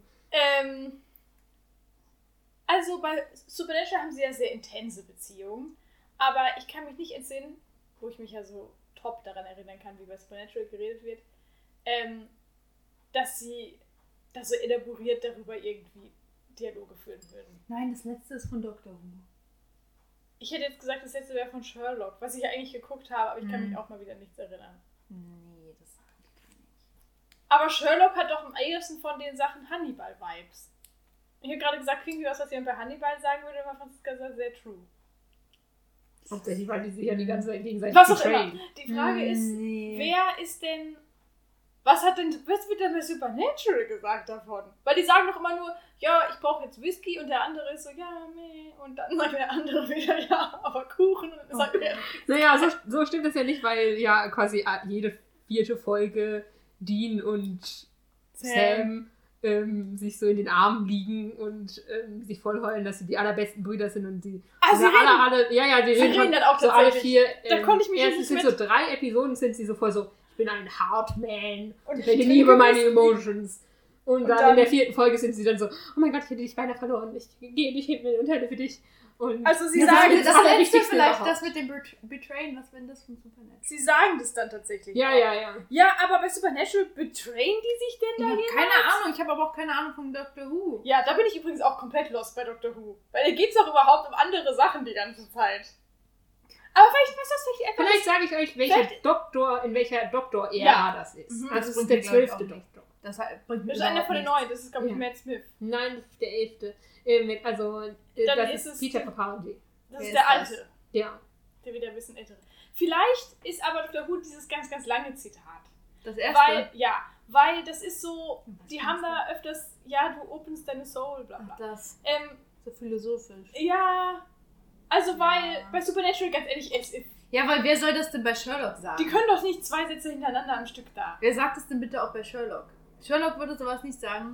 Also bei Supernatural haben sie ja sehr intense Beziehungen, aber ich kann mich nicht entsinnen, wo ich mich ja so top daran erinnern kann, wie bei Supernatural geredet wird, dass sie da so elaboriert darüber irgendwie Dialoge führen würden. Nein, das letzte ist von Dr. Who. Ich hätte jetzt gesagt, das letzte wäre von Sherlock, was ich eigentlich geguckt habe, aber ich kann mich auch mal wieder nichts erinnern. Nee, das kann ich nicht. Aber Sherlock hat doch am ehesten von den Sachen Hannibal-Vibes. Ich habe gerade gesagt, klingt wie was jemand bei Hannibal sagen würde, aber Franziska sagt sehr true. Hauptsächlich, weil die sich ja die ganze Zeit gegenseitig Was auch betrayen. immer. Die Frage ist, Nee. wer ist denn... Was wird denn bei Supernatural gesagt davon? Weil die sagen doch immer nur, ja, ich brauche jetzt Whisky und der andere ist so, ja, meh. Und dann sagt der andere wieder, ja, aber Kuchen. Und dann sagt er, Naja, so stimmt das ja nicht, weil ja quasi jede 4. Folge Dean und Sam sich so in den Armen liegen und sich voll heulen, dass sie die allerbesten Brüder sind und sie sie reden. sie reden dann auch so alle tatsächlich. 4. Da konnte ich mich erst nicht sind mit- so 3 Episoden sind sie so voll so, ich bin ein Hard Man Und ich ich rede trinke nie über meine Whisky. Emotions. Und dann dann- in der 4. Folge sind sie dann so, oh mein Gott, ich hätte dich beinahe verloren, ich gehe nicht hin und heile für dich. Und Also sie Ja, sagen das das, letzte Allerwichtigste vielleicht, überhaupt. das mit dem Betrayen, was wenn das von Supernatural? sie sagen das dann tatsächlich. ja. Ja, aber bei Supernatural betrayen die sich denn Ich da habe jemals? keine Ahnung, ich habe aber auch keine Ahnung von Dr. Who. Ja, da bin ich übrigens auch komplett lost bei Dr. Who. Weil da geht es doch überhaupt um andere Sachen die ganze Zeit. Aber vielleicht was das vielleicht einfach... Vielleicht sage ich euch, in welcher Doktor-Ära Ja. das ist. Mhm, Also das das ist bringt der mir, glaub ich, 12. auch nicht. Doktor. Das bringt mir Das ist einer von den überhaupt neuen, das ist, glaube ich, Ja. Matt Smith. Nein, das ist der 11. Dann Das ist ist es- Peter Capaldi. Das Wer ist der ist das? alte, Ja. der wieder ein bisschen ältere. Vielleicht ist aber Dr. Who dieses ganz, ganz lange Zitat. Das erste. Weil das ist so, die Was haben meinst da öfters, ja, du openst deine Soul, bla Ach, bla. das. Ähm, So philosophisch. ja, also weil Ja. bei Supernatural, ganz ehrlich, Ja, weil wer soll das denn bei Sherlock sagen? die können doch nicht 2 Sätze hintereinander am Stück da. Wer sagt es denn bitte auch bei Sherlock? Sherlock würde sowas nicht sagen.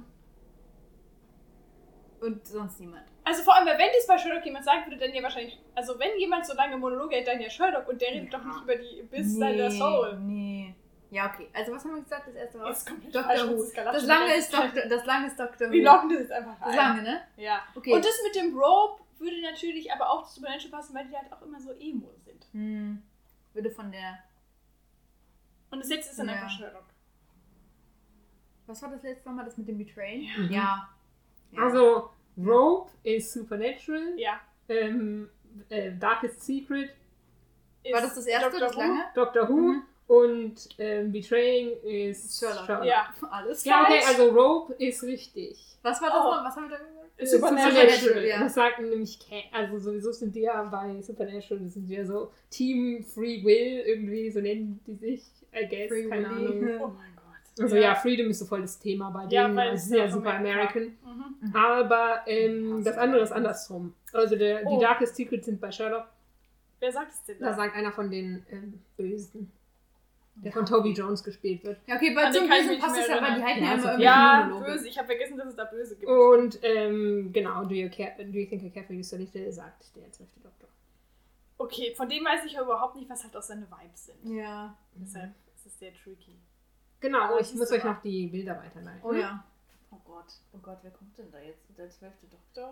Und sonst niemand. Also vor allem, weil wenn das bei Sherlock jemand sagen würde, dann ja wahrscheinlich, also wenn jemand so lange Monologe hält, dann ja Sherlock und der redet doch nicht über die Abyss seiner Soul. Nee. Ja, okay. Also was haben wir gesagt? Das erste Mal? Das ist komplett falsch, Dr. Who. das ist Galaxy Das lange die ist ganze Zeit. Dr. Who. Wir locken das jetzt einfach Das rein. lange, ne? Ja. Okay. Und das mit dem Rope würde natürlich aber auch zu Supernatural passen, weil die halt auch immer so emo sind. Würde von der... Und das letzte ist dann Ja. einfach Sherlock. Was war das letzte Mal? Das mit dem Betrayen? Mhm. Ja. Also, Rope ist Supernatural. Ja. Darkest Secret, War das das erste, Dr. das Who? lange? Doctor Who Mhm. und Betraying ist Sherlock. Ja. Alles Ja, okay, falsch. also Rope ist richtig. Was war das Oh. noch? Was haben wir da gesagt? Ist Supernatural. Supernatural, ja. Das sagten nämlich, also sowieso sind die ja bei Supernatural, das sind ja so Team Free Will, irgendwie, so nennen die sich, I guess, Free keine Willy. Ahnung. Oh mein Gott. Also ja, Freedom ist so voll das Thema bei Ja, denen, weil also es sie sind ja auch super Amerika. American. Mhm. Aber das andere ist andersrum. Also die Oh. Darkest Secrets sind bei Sherlock, Wer sagt es denn da da? sagt einer von den Bösen, der von Toby Jones gespielt wird. Ja, okay, bei An den zum kann ich Bösen mich passt nicht es mehr ja, weil die halten erinnern. ja immer Ja, irgendwelche Ja, Monologe. böse. Ich habe vergessen, dass es da böse gibt. Und genau, do you think I care for you so little, sagt der 12. Doktor. Okay, von dem weiß ich ja überhaupt nicht, was halt auch seine Vibes sind. Ja. Deshalb ist es sehr tricky. Genau, Oh, ich muss siehst euch du noch die Bilder weiterleiten. Oh ja. Oh Gott, wer kommt denn da jetzt? Der 12. Doktor?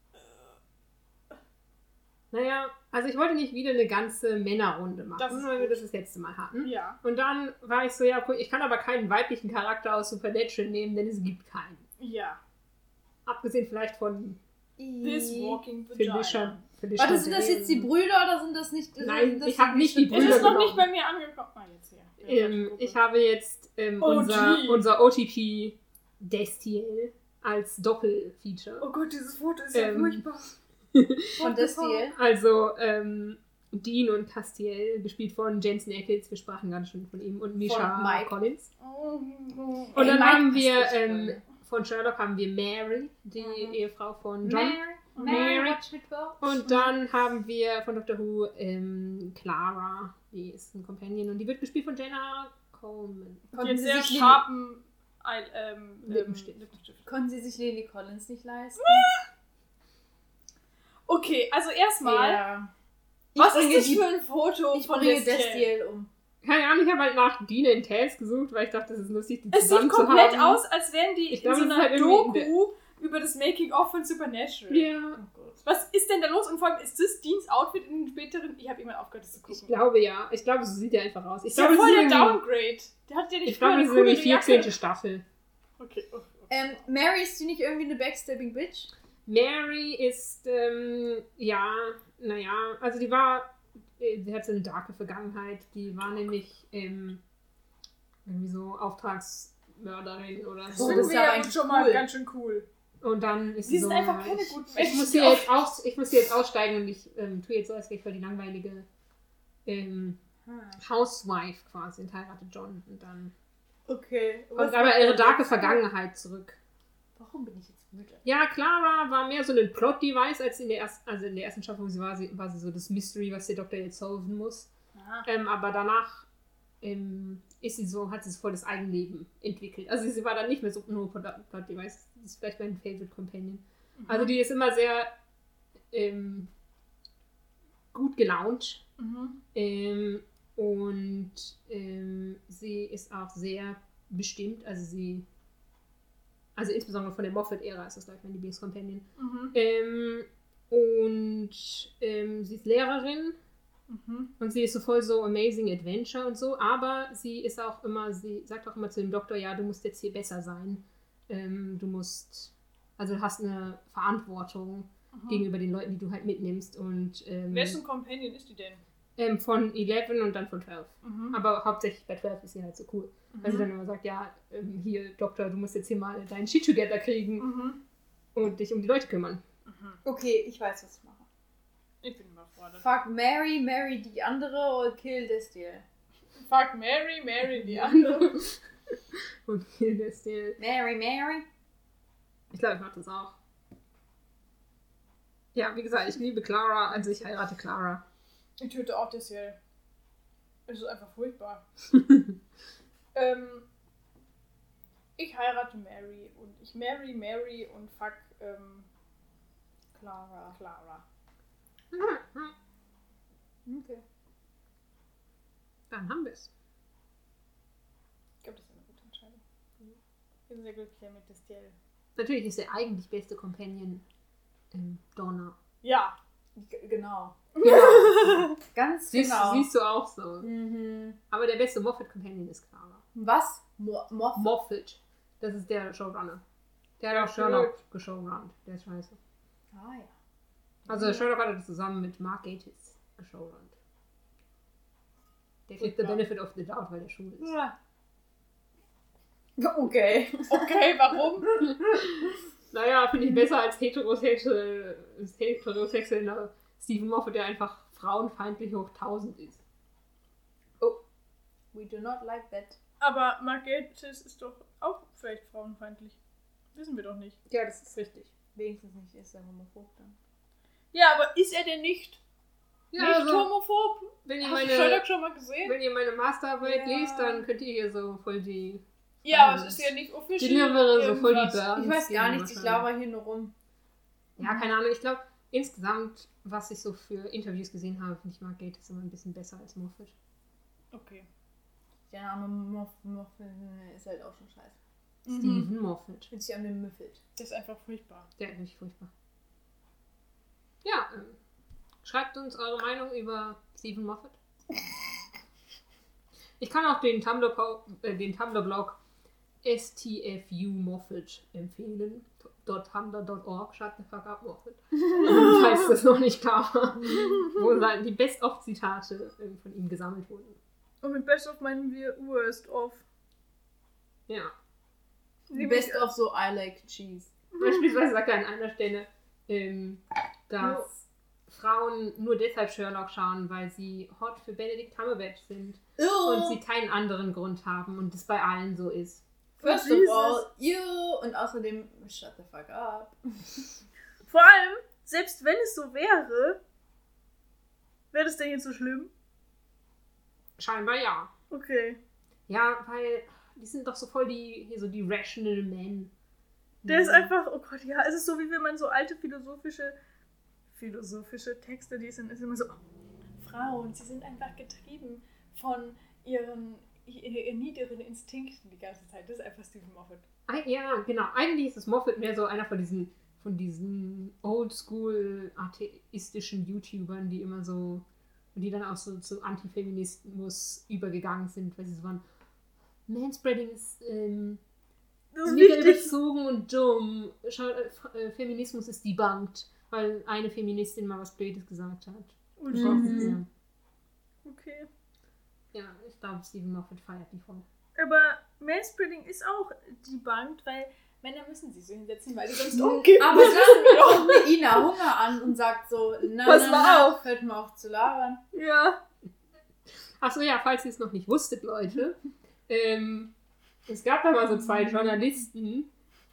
Naja, also ich wollte nicht wieder eine ganze Männerrunde Das machen, ist weil wir gut. das letzte Mal hatten. Ja. Und dann war ich so, ja, cool, ich kann aber keinen weiblichen Charakter aus Supernatural nehmen, denn es gibt keinen. Ja. Abgesehen vielleicht von This walking Felicia. vagina. Warte, sind das jetzt die Brüder oder sind das nicht... Nein, sind das ich hab nicht die Es Brüder ist noch genommen. nicht bei mir angekommen. Ah, jetzt hier. Ich habe jetzt OG. unser OTP Destiel als Doppelfeature. Oh Gott, dieses Foto ist ja Ähm, furchtbar. Von Destiel? Also Dean und Castiel, gespielt von Jensen Ackles, wir sprachen gerade schon von ihm, und Misha Mike. Collins. Oh, Und dann Mike haben wir passt nicht voll. von Sherlock haben wir Mary, die Ehefrau von John. Mary. Und dann haben wir von Doctor Who Clara, die ist ein Companion und die wird gespielt von Jenna Coleman. Jetzt sehr scharfen Lippenstift. Konnten sie sich Lily Collins nicht leisten? Okay, also erstmal, Ja. was ist das für ein Foto Ich von bringe Destiel? Destiel um. Keine Ahnung, ich habe halt nach Dean and Tess gesucht, weil ich dachte, das ist lustig, die Es sieht zusammen zu komplett haben. aus, als wären die Ich in glaube, so es ist einer halt irgendwie Doku über das Making-of von Supernatural. Ja, Was ist denn da los? Und vor allem, ist das Deans Outfit in den späteren... Ich habe irgendwann aufgehört, das zu ich gucken. glaube ja. Ich glaube, so sieht er einfach aus. Ich Das ist ja glaube, voll der es ist irgendwie- Downgrade. Der hat ja nicht Ich glaube, früher das ist eine irgendwie coolere 14. Jacke. Staffel. Okay. Mary, ist die nicht irgendwie eine Backstabbing Bitch? Mary ist, also die hat so eine darke Vergangenheit. Die war nämlich irgendwie so Auftragsmörderin oder Das Oh, so. finden das wir ist aber ja eigentlich schon mal cool. ganz schön cool. Und dann ist Die sie so... sind einfach keine guten ich Menschen. muss hier jetzt aussteigen und ich tue jetzt so, als wäre ich voll die langweilige Housewife quasi und heirate John. Und dann Okay. kommt aber ihre darke Vergangenheit zurück. Warum bin ich jetzt müde? Ja, Clara war mehr so ein Plot-Device als in der ersten Staffel, wo sie war sie so das Mystery, was der Doktor jetzt solven muss. Aha. Aber danach hat sie voll das Eigenleben entwickelt. Also sie war dann nicht mehr so nur Plot-Device. Das ist vielleicht mein Favorite Companion. Also die ist immer sehr gut gelaunt. Und sie ist auch sehr bestimmt. Also insbesondere von der Moffat-Ära ist das, glaube ich, mein Lieblings-Companion. Sie ist Lehrerin. Und sie ist so voll so Amazing Adventure und so, aber sie sagt auch immer zu dem Doktor, ja, du musst jetzt hier besser sein. Du hast eine Verantwortung gegenüber den Leuten, die du halt mitnimmst. Und Wessen Companion ist die denn? von 11 und dann von 12. Aber hauptsächlich bei 12 ist sie halt so cool. Weil sie dann immer sagt, ja, hier, Doktor, du musst jetzt hier mal deinen Shit together kriegen und dich um die Leute kümmern. Okay, ich weiß, was ich mache. Ich bin überfordert. Fuck Mary, Mary die andere oder kill Destiel? Fuck Mary, Mary die andere. Und hier ist der... Mary. Ich glaube, ich mache das auch. Ja, wie gesagt, ich liebe Clara, also ich heirate Clara. Ich töte auch Destiel. Es ist einfach furchtbar. Ich heirate Mary und ich marry Mary und fuck Clara. Okay. Dann haben wir es. Ich glaube, das ist eine gute Entscheidung. Ich bin sehr glücklich mit Destiel. Natürlich ist der eigentlich beste Companion Donna. Ja. Genau. Genau. Ganz Siehst genau. du auch so. Mhm. Aber der beste Moffat-Companion ist Clara. Was? Moffat. Das ist der Showrunner. Der hat auch Sherlock geshowrunnt. Der ist scheiße. Ah ja. Also Sherlock hat das zusammen mit Mark Gatiss geshowrunnt. Der kriegt the benefit of the doubt, weil der schwul ist. Ja. Okay. Okay, warum? Naja, finde ich besser als heterosexueller Stephen Moffat, der einfach frauenfeindlich hoch 1000 ist. We do not like that. Aber Mark Gatiss ist doch auch vielleicht frauenfeindlich. Wissen wir doch nicht. Ja, das ist richtig. Wenigstens nicht ist er homophob dann. Ja, aber ist er denn nicht Ja, homophob? wenn ihr Hast du Sherlock meine, schon mal gesehen? wenn ihr meine Masterarbeit Ja. liest, dann könnt ihr hier so voll die... Ja, aber es ist ja nicht offiziell. Delivere so voll die irgendwas. Burns. Ich weiß gar geben nichts, ich wahrscheinlich. laber hier nur rum. Ja, keine Ahnung. Ich glaube, insgesamt, was ich so für Interviews gesehen habe, finde ich Mark Gatiss immer ein bisschen besser als Moffat. Okay. Der Name Moffat ist halt auch schon scheiße. Stephen Moffat. Fühlt sich an den Müffelt. Das ist einfach furchtbar. Der ist wirklich furchtbar. Ja, schreibt uns eure Meinung über Stephen Moffat. Ich kann auch den Tumblr-Blog STFU Moffat empfehlen. .tumblr.org, shut the fuck up Moffat. Falls das noch nicht klar war. Wo die Best-of-Zitate von ihm gesammelt wurden. Und mit Best of meinen wir Worst of. Ja. Best of so I like cheese. Beispielsweise sagt er an einer Stelle, dass Frauen nur deshalb Sherlock schauen, weil sie hot für Benedict Cumberbatch sind und sie keinen anderen Grund haben und das bei allen so ist. First of all, you und außerdem shut the fuck up. Vor allem, selbst wenn es so wäre das denn jetzt so schlimm? Scheinbar ja. Okay. Ja, weil die sind doch so voll die rational men. Der ist einfach, oh Gott, ja, es ist so, wie wenn man so alte philosophische Texte, die sind, ist immer so, Frauen, sie sind einfach getrieben von ihren niederen Instinkten die ganze Zeit. Das ist einfach Stephen Moffat. Ja, genau. Eigentlich ist es Moffat mehr so einer von diesen oldschool atheistischen YouTubern, die immer so, die dann auch so zu Antifeminismus übergegangen sind, weil sie so waren, Manspreading ist überzogen und dumm. Feminismus ist debunked, weil eine Feministin mal was Blödes gesagt hat. Mhm. Okay. Ja, ich glaube, Stephen Moffat feiert die voll. Aber Manspreading ist auch debunked, weil Männer müssen sich so hinsetzen, weil die sonst umkippen. Aber dann kommt mir Ina Hunger an und sagt so, pass mal auf. Hört mal auf zu labern. Ja. Achso, ja, falls ihr es noch nicht wusstet, Leute. Es gab da mal so 2 Journalisten,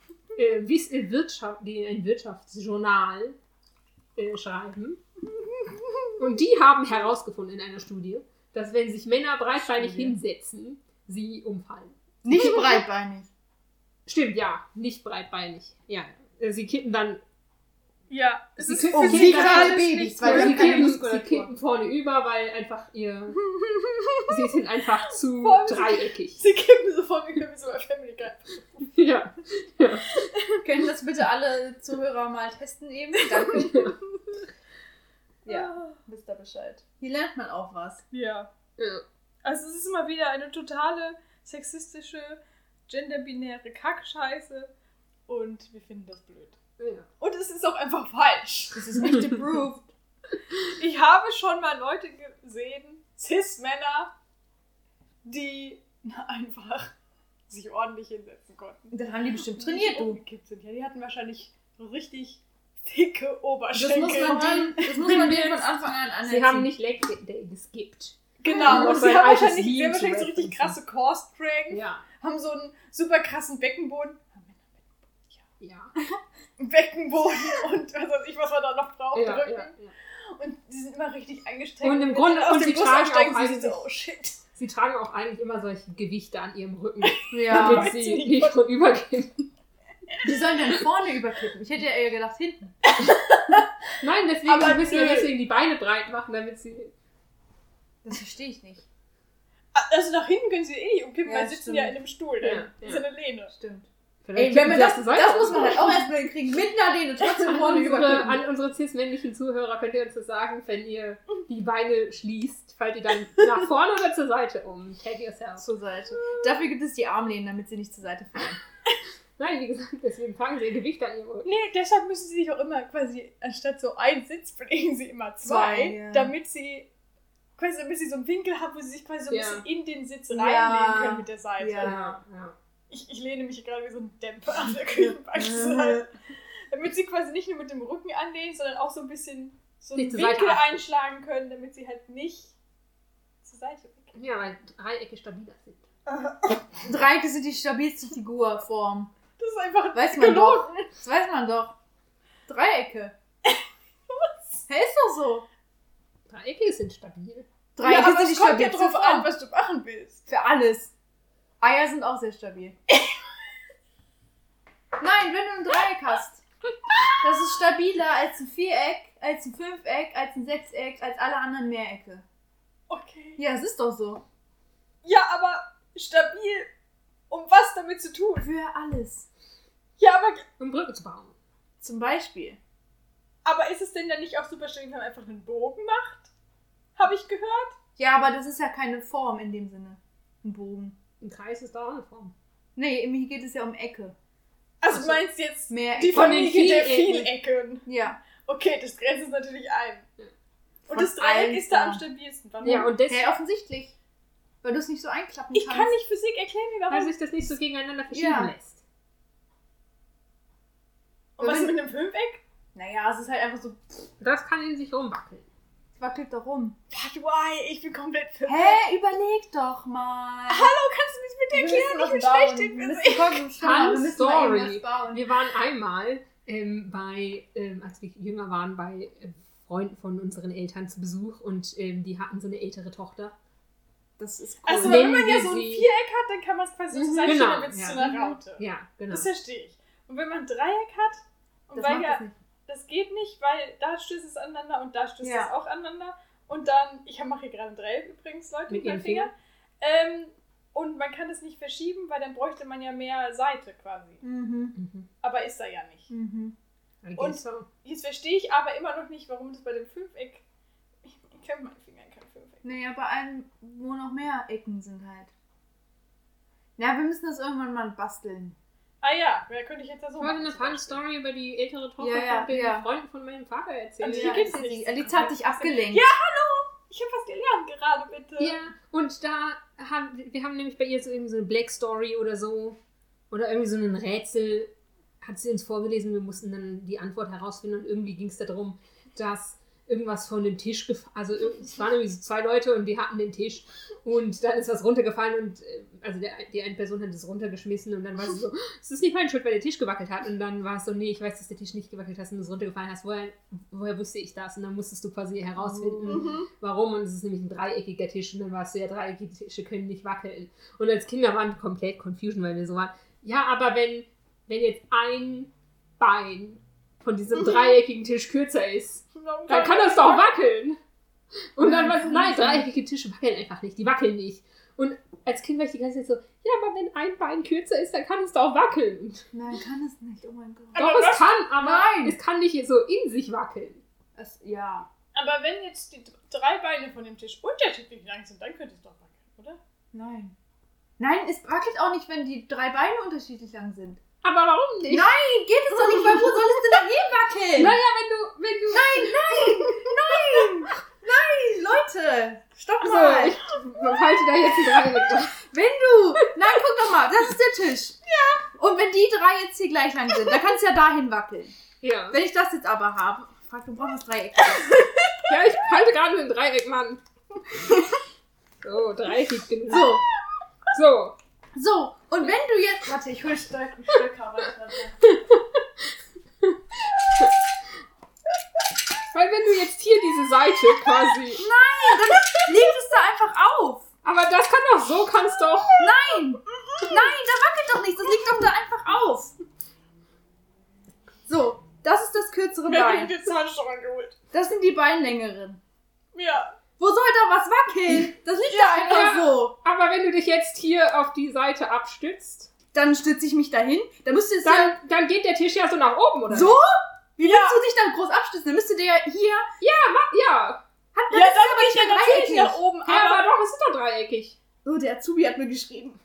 die ein Wirtschaftsjournal schreiben. Und die haben herausgefunden in einer Studie, dass wenn sich Männer breitbeinig hinsetzen, sie umfallen. Nicht breitbeinig. Stimmt, ja, nicht breitbeinig. Ja, sie kippen dann. Ja, es ist wie gerade Babys, weil sie sie keine kippen Muskulatur. vorne über, weil einfach sie sind einfach zu dreieckig. Sie kippen so vorne über wie so ein Family Guy. Ja. Können das bitte alle Zuhörer mal testen eben? Danke. Ja, wisst ihr Bescheid. Hier lernt man auch was. Ja. Also es ist immer wieder eine totale sexistische, genderbinäre Kackscheiße und wir finden das blöd. Ja. Und es ist auch einfach falsch. Das ist nicht approved. Ich habe schon mal Leute gesehen, Cis-Männer, die einfach sich ordentlich hinsetzen konnten. Dann haben die bestimmt trainiert, du. Umgekippt sind. Ja, die hatten wahrscheinlich so richtig dicke Das Oberschenkel. muss man denen von Anfang an anerkennen. Sie haben nicht Leg Day geskippt. Genau, und Das sie war haben ein altes wahrscheinlich Meme so zu richtig referenzen. krasse Core-Strength, Ja. haben so einen super krassen Beckenboden. Ja. Beckenboden und was weiß ich, was man da noch braucht, Ja, drücken. ja. Und die sind immer richtig angestrengt. Und im wenn Grunde, sie aus und dem sie Bus tragen aussteigen, auch sind sie eigentlich, so, oh shit. sie tragen auch eigentlich immer solche Gewichte an ihrem Rücken, Ja. damit sie nicht von überkippen. Die sollen dann vorne überkippen. Ich hätte ja eher gedacht hinten. Nein, deswegen Aber müssen wir nö. deswegen die Beine breit machen, damit sie... Das verstehe ich nicht. Also nach hinten können sie eh nicht umkippen, Ja, weil sie sitzen stimmt. ja in einem Stuhl. Ja, Das ist eine Lehne. Stimmt. Vielleicht Ey, wenn man kippen das sie auf die Seite muss man halt auch erstmal hinkriegen. Mit einer Lehne trotzdem vorne überkippen. An unsere cis-männlichen Zuhörer könnt ihr uns das sagen, wenn ihr die Beine schließt, fallt ihr dann nach vorne oder zur Seite um. Take yourself. Zur Seite. Dafür gibt es die Armlehnen, damit sie nicht zur Seite fallen. Nein, wie gesagt, deswegen tragen sie ihr Gewicht an ihrem Rücken. Nee, deshalb müssen sie sich auch immer quasi, anstatt so einen Sitz, belegen sie immer zwei, Ja. damit sie so einen Winkel haben, wo sie sich quasi so ein Ja. bisschen in den Sitz Ja. reinlegen können mit der Seite. Ja. Ja. Ich lehne mich gerade wie so ein Dämpfer an der Küchenbank. Damit sie quasi nicht nur mit dem Rücken anlehnen, sondern auch so ein bisschen so einen Nicht zur Seite Winkel achten. einschlagen können, damit sie halt nicht zur Seite wickeln. Ja, weil Dreiecke stabiler sind. Dreiecke sind die stabilste Figurform. Das ist einfach Weiß man doch. gelogen. Das weiß man doch. Dreiecke. Was? Hey, ist doch so. Dreiecke sind stabil. Dreiecke Ja, aber sind die es kommt ja stabilste drauf an, Form. was du machen willst. Für alles. Eier sind auch sehr stabil. Nein, wenn du ein Dreieck hast. Das ist stabiler als ein Viereck, als ein Fünfeck, als ein Sechseck, als alle anderen Mehrecke. Okay. Ja, es ist doch so. Ja, aber stabil, um was damit zu tun? Für alles. Ja, aber Um Brücken zu bauen. Zum Beispiel. Aber ist es denn dann nicht auch super schön, wenn man einfach einen Bogen macht? Habe ich gehört? Ja, aber das ist ja keine Form in dem Sinne. Ein Bogen. Ein Kreis ist da auch eine Form. Nee, hier geht es ja um Ecke. Also Ach du so. meinst jetzt Mehr die Ecke. Von den Familie der Vielecken. Vielecken. Ja. Okay, das grenzt es natürlich ein. Ja. Und Von das Dreieck allen ist da am Formen. stabilsten. Warum? Ja, und Hey, offensichtlich. Weil du es nicht so einklappen ich kannst. kann nicht Physik erklären, mir weil warum. sich das nicht so gegeneinander verschieben Ja. lässt. Und was ist mit einem Fünfeck? Naja, es ist halt einfach so. Das kann in sich rumwackeln. Wackelt doch rum. But why? Ich bin komplett verwirrt. Hä? Überleg doch mal. Hallo, kannst du mich bitte erklären? Ich bin schlecht in Physik. Fun Story. Wir waren einmal, als wir jünger waren, bei Freunden von unseren Eltern zu Besuch und die hatten so eine ältere Tochter. Das ist cool. Also wenn man ja so ein Viereck hat, dann kann man es quasi so zusammenstellen, dann wird es zu einer Raute. Ja, genau. Das verstehe ich. Und wenn man ein Dreieck hat, und das weil ja, nicht. das geht nicht, weil da stößt es aneinander und da stößt es auch aneinander. Und dann, ich mache hier gerade ein Dreieck übrigens, Leute, mit meinem Finger. Und man kann das nicht verschieben, weil dann bräuchte man ja mehr Seite quasi. Aber ist da ja nicht. Und jetzt verstehe ich aber immer noch nicht, warum das bei dem Fünfeck... Ich kenne meinen Finger in kein Fünfeck. Naja, bei einem, wo noch mehr Ecken sind halt. Ja, wir müssen das irgendwann mal basteln. Ah ja, wer könnte ich jetzt da so Ich wollte eine fun Story über die ältere Tochter von den Freunden von meinem Vater erzählen. Und hier geht's nicht. Alice hat dich abgelenkt. Ja, hallo! Ich habe was gelernt gerade, bitte. Ja, und wir haben nämlich bei ihr so irgendwie so eine Black Story oder so. Oder irgendwie so ein Rätsel. Hat sie uns vorgelesen, wir mussten dann die Antwort herausfinden und irgendwie ging es darum, dass irgendwas von dem Tisch also es waren irgendwie so 2 Leute und die hatten den Tisch und dann ist was runtergefallen und also die eine Person hat es runtergeschmissen und dann war sie so, es ist nicht meine Schuld, weil der Tisch gewackelt hat und dann war es so, nee, ich weiß, dass der Tisch nicht gewackelt hat und du es runtergefallen hast, woher wusste ich das? Und dann musstest du quasi herausfinden, warum, und es ist nämlich ein dreieckiger Tisch und dann warst du ja, dreieckige Tische können nicht wackeln und als Kinder waren wir komplett Confusion, weil wir so waren, ja, aber wenn jetzt ein Bein von diesem dreieckigen Tisch kürzer ist, dann kann das doch wackeln. Und dann war es, nein, dreieckige Tische wackeln einfach nicht, die wackeln nicht. Und als Kind war ich die ganze Zeit so, ja, aber wenn ein Bein kürzer ist, dann kann es doch wackeln. Nein, kann es nicht, oh mein Gott. Doch, es kann, aber es kann nicht so in sich wackeln. Ja. Aber wenn jetzt die 3 Beine von dem Tisch unterschiedlich lang sind, dann könnte es doch wackeln, oder? Nein. Nein, es wackelt auch nicht, wenn die 3 Beine unterschiedlich lang sind. Aber warum nicht? Nein, geht es doch nicht, weil wo soll es denn dann hinwackeln? Naja, wenn du... Nein, Leute, stopp Also, mal. ich halte da jetzt ein Dreieck drauf. Nein, guck doch mal, das ist der Tisch. Ja. Und wenn die 3 jetzt hier gleich lang sind, dann kann es ja dahin wackeln. Ja. Wenn ich das jetzt aber habe, frag, du brauchst das Dreieck. Ja, ich halte gerade ein Dreieck, Mann. So, dreieckig genug. So, und wenn du jetzt... Warte, ich hol Stöcker. Weil wenn du jetzt hier diese Seite quasi... Nein, dann leg es da einfach auf. Aber das kann doch so, kannst doch... Nein, da wackelt doch nichts, das liegt doch da einfach auf. So, das ist das kürzere Bein. Jetzt habe ich schon mal geholt. Das sind die Beinlängeren. Ja. Wo soll da was wackeln? Das liegt da einfach so. Aber wenn du dich jetzt hier auf die Seite abstützt... Dann stütze ich mich dahin. Dann müsste es dann geht der Tisch ja so nach oben, oder? So? Wie willst du dich dann groß abstützen? Dann müsste der hier... Ja. Dann geht der natürlich nach oben. Ja, aber doch, es ist doch dreieckig. So, der Azubi hat mir geschrieben.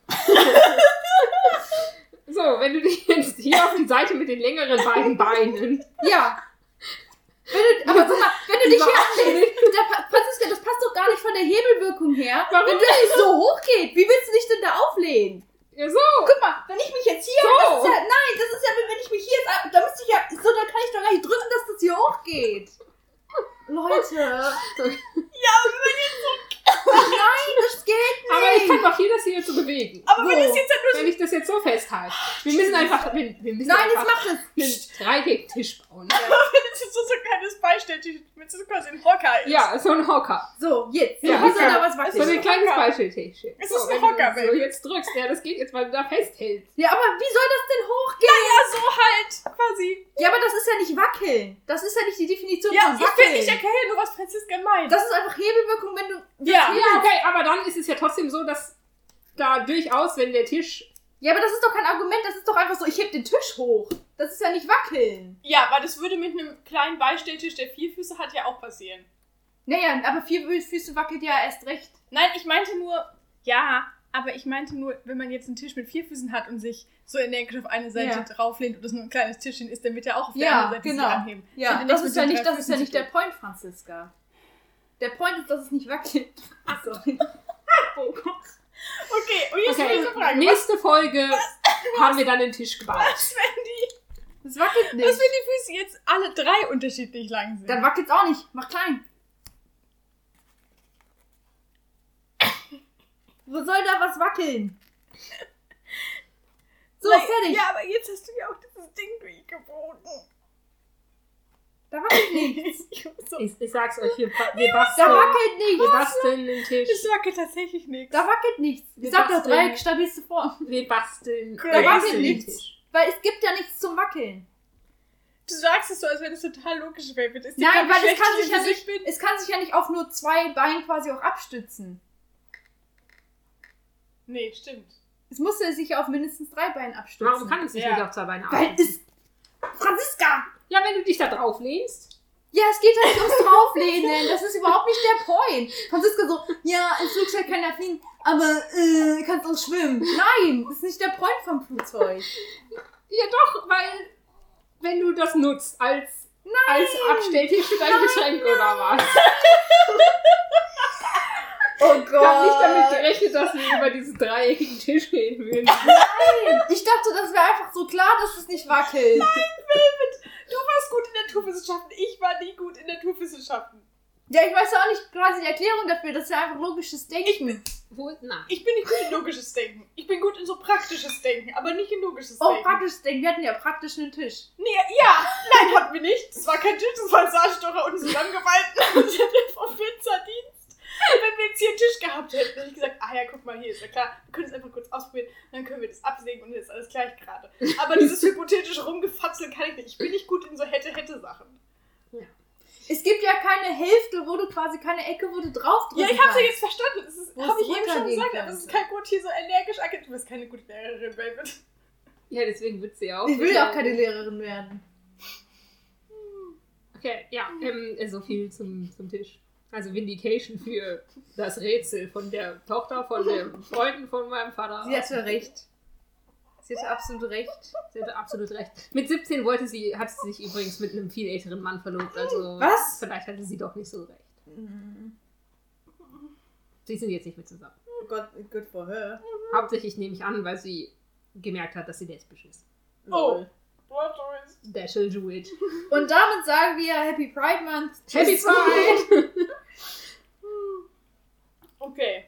So, wenn du dich jetzt hier auf die Seite mit den längeren beiden Beinen... Ja. Aber guck mal, wenn du dich hier anlegst, Franziska, das passt doch gar nicht von der Hebelwirkung her. Warum? Wenn das so hoch geht, wie willst du dich denn da auflehnen? Ja, so. Guck mal, wenn ich mich jetzt hier... So. Das ist ja, wenn ich mich hier jetzt... Da müsste ich ja... So, dann kann ich doch gar nicht drücken, dass das hier hochgeht. Leute. Ja, aber wenn jetzt so... Nein, das geht nicht. Aber ich kann doch hier das hier so bewegen. Aber wenn es jetzt Wenn ich das jetzt so festhalte. Wir müssen einfach... Wir müssen Nein, jetzt einfach mach es. einen Dreieckigen-Tisch bauen. wenn es jetzt so ein kleines Beistelltisch mit so quasi ein Hocker ist. Ja, so ein Hocker. So, jetzt. Ja, wie soll da was So wackeln? ein kleines Hocker. Beistelltisch. Es ist ein wenn du Hocker, so Baby. jetzt drückst, ja, das geht jetzt, weil du da festhältst. Ja, aber wie soll das denn hochgehen? Ja, so halt, quasi. Ja, aber das ist ja nicht wackeln. Das ist ja nicht die Definition Ja, von wackeln. ich erkläre ja nur, was Franziska meint. Das ist einfach Hebelwirkung, wenn du... Ja. Ja, okay, aber dann ist es ja trotzdem so, dass da durchaus, wenn der Tisch... Ja, aber das ist doch kein Argument. Das ist doch einfach so, ich heb den Tisch hoch. Das ist ja nicht wackeln. Ja, aber das würde mit einem kleinen Beistelltisch, der 4 Füße hat, ja auch passieren. Naja, aber 4 Füße wackelt ja erst recht. Nein, ich meinte nur, wenn man jetzt einen Tisch mit 4 Füßen hat und sich so energisch auf eine Seite drauflehnt und das nur ein kleines Tischchen ist, dann wird er auch auf der anderen Seite sich anheben. Ja, das ist ja nicht der Point, Franziska. Der Point ist, dass es nicht wackelt. Ach, sorry. Oh Gott. Okay, und jetzt eine Frage. Nächste Folge haben wir dann den Tisch gebaut. Was, wenn Das wackelt nicht. die Füße jetzt alle 3 unterschiedlich lang sind? Dann wackelt's auch nicht. Mach klein. Wo soll da was wackeln? So, Nein, fertig. Ja, aber jetzt hast du ja auch dieses Ding durchgeboten. Da wackelt nichts. So, Ich sag's euch, wir Da basteln. wackelt nichts. Wir basteln den Tisch. es wackelt tatsächlich nichts. Da wackelt nichts. Wir Ich sag doch basteln. Dreieck, stabilste Form. Wir basteln. Da wir wackelt basteln den nichts. Tisch. Weil es gibt ja nichts zum Wackeln. Du sagst es so, als wenn es total logisch wäre. Ist dir Nein, klar, wie weil es schlecht kann, ich sich in ja Physik nicht, bin? es kann sich ja nicht auf nur 2 Beinen quasi auch abstützen. Nee, stimmt. Es muss ja sich auf mindestens 3 Beinen abstützen. Warum kann es sich Ja. nicht auf 2 Beine Weil abstützen? es... Franziska! Ja, wenn du dich da drauf lehnst. Ja, es geht ja nicht ums Drauflehnen. Das ist überhaupt nicht der Point. Franziska so, ja, ein Flugzeug kann ja fliegen, aber kannst auch schwimmen. Nein, das ist nicht der Point vom Flugzeug. Ja doch, weil wenn du das nutzt als Abstelltisch für dein Getränk oder was. Oh Ich habe nicht damit gerechnet, dass wir über diesen dreieckigen Tisch reden würden. Ich dachte, das wäre einfach so klar, dass es nicht wackelt. Du warst gut in Naturwissenschaften. Ich war nie gut in Naturwissenschaften. Ja, ich weiß ja auch nicht quasi die Erklärung dafür. Das ist ja einfach logisches Denken. Nein. Ich bin nicht gut in logisches Denken. Ich bin gut in so praktisches Denken, aber nicht in logisches Oh, Denken. praktisches Denken. Wir hatten ja praktisch einen Tisch. Nee, ja, nein, hatten wir nicht. Das war kein Tisch, das war ein Saalstocher unten zusammengeballt. Und ich hatte vom Pizzadienst. Wenn wir jetzt hier einen Tisch gehabt hätten, hätte ich gesagt, ah ja, guck mal, hier ist ja klar, wir können es einfach kurz ausprobieren, dann können wir das absägen und dann ist alles gleich gerade. Aber dieses hypothetische Rumgefatzel kann ich nicht. Ich bin nicht gut in so hätte-Sachen. Es gibt ja keine Hälfte, wo du quasi keine Ecke, wo du drauf drücken Ja, ich hab's ja kannst. jetzt verstanden. Das Wo habe es ich eben schon runtergehen gesagt, aber könnte. es ist kein Grund, hier so energisch agiert. Du bist keine gute Lehrerin, David. Ja, deswegen wird sie ja auch. Ich will ja auch keine Lehrerin werden. Okay, ja, so viel zum Tisch. Also Vindication für das Rätsel von der Tochter, von den Freunden von meinem Vater. Sie hatte recht. Sie hatte absolut recht. Sie hatte absolut recht. Mit 17 hat sie sich übrigens mit einem viel älteren Mann verlobt. Also Was? Vielleicht hatte sie doch nicht so recht. Sie sind jetzt nicht mehr zusammen. Oh Gott, good for her. Hauptsächlich nehme ich an, weil sie gemerkt hat, dass sie lesbisch ist. Oh. Plot twist. That shall do it. Und damit sagen wir Happy Pride Month. Happy Tschüss. Pride! Okay.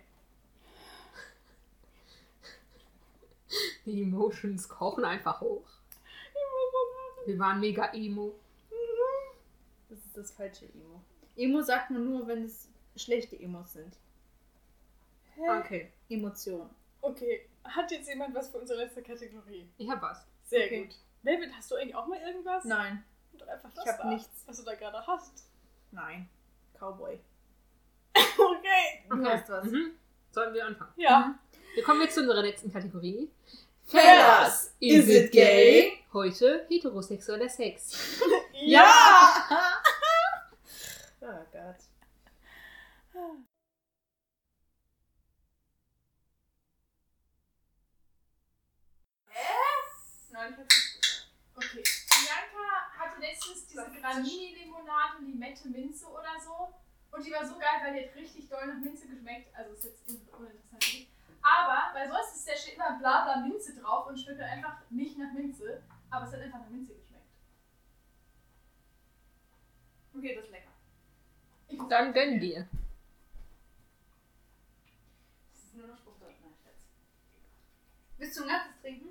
Die Emotions kochen einfach hoch. Wir waren mega emo. Das ist das falsche Emo. Emo sagt man nur, wenn es schlechte Emos sind. Okay, Emotionen. Okay. Hat jetzt jemand was für unsere letzte Kategorie? ich hab was. Sehr Okay. gut. David, hast du eigentlich auch mal irgendwas? Nein. Doch einfach das Ich hab da, nichts. was du da gerade hast. Nein. Cowboy. Okay. Du hast was. Sollen wir anfangen? Ja. Wir kommen jetzt zu unserer letzten Kategorie. Fellas, is it gay? Heute heterosexueller Sex. Ja! Oh Gott. Nein, ich hab's. Okay. Bianca hatte letztens diese Granini-Limonade, Limette, Minze oder so. Und die war so geil, weil die hat richtig doll nach Minze geschmeckt. Also ist jetzt uninteressant. Aber, weil sonst ist der steht immer Blabla Minze drauf und schmeckt halt einfach nicht nach Minze. Aber es hat einfach nach Minze geschmeckt. Okay, das ist lecker. Dann gönn dir. Das ist nur noch Spruchdeutsch, mein Schatz. Willst du ein ganzes trinken?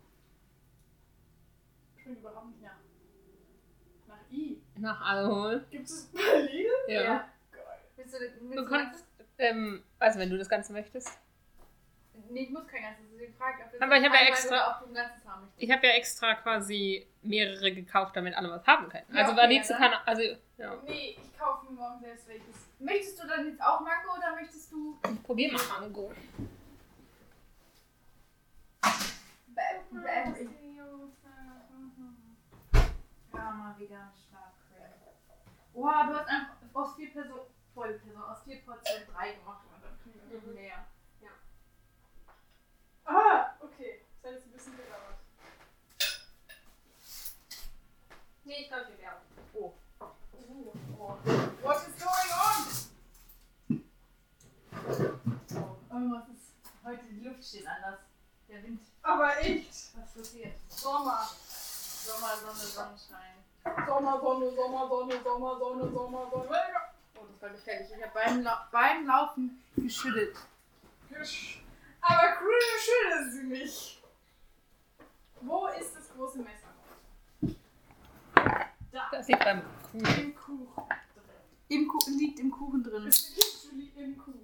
Schmeckt überhaupt nicht nach. Nach I. Nach Alkohol. Gibt es Berlin? Ja. Willst du Du ein kannst, also wenn du das Ganze möchtest. Nee, ich muss kein ganzes. Deswegen frage ich, ob Aber ich habe ja einmal extra- oder ob du ein ganzes haben möchtest. Ich habe ja extra quasi mehrere gekauft, damit alle was haben können. Ja, Also okay, Vanitze ja, kann, also, ja. Nee, ich kaufe mir morgen selbst welches. Möchtest du dann jetzt auch Mango oder möchtest du... Probier mal Mango. Ja, mal vegan Starcreme. Oha, du hast einfach aus 4 Personen, aus 4 Portionen 3 gemacht. Und dann kriegen wir noch mehr. Ah, okay. Das hat jetzt ein bisschen gedauert. Nee, ich glaube, wir werden. Oh. What is going on? Oh, irgendwas ist... Heute die Luft steht anders. Der Wind. Aber echt. Was passiert? Sommer. Sommer, Sonne, Sonnenschein. Sommer, Sonne, Sommer, Sonne, Sommer, Sonne, Sommer, Sonne. Oh, das war gefährlich. Ich habe beim Laufen geschüttelt. Aber schön ist sie nicht. Wo ist das große Messer? Da. Das liegt beim Kuchen. Im Kuchen. Liegt im Kuchen drin. Das liegt Julie im Kuchen.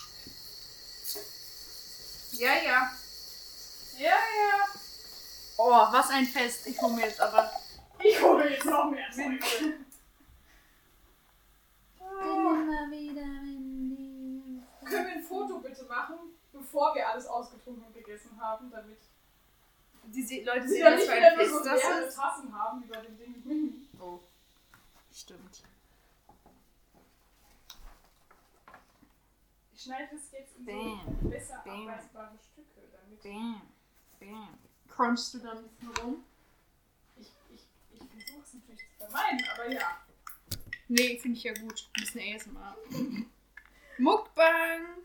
Ja, ja. Ja. Oh, was ein Fest. Ich hole mir jetzt aber... Ich hole jetzt noch mehr Zeug. Können wir ein Foto bitte machen, bevor wir alles ausgetrunken und gegessen haben, damit Die Leute sie sehen, dann was nicht für wieder ein nur so Fest das leere ist. Tassen haben, wie bei dem Ding mit Mimi. Oh, stimmt. Ich schneide das jetzt in Bam. so besser Bam. abreißbare Stücke, damit Bam. Crunchst du dann ein bisschen rum? ich versuche es natürlich zu vermeiden, aber ja. Nee, finde ich ja gut. Ein bisschen ASMR. Mukbang!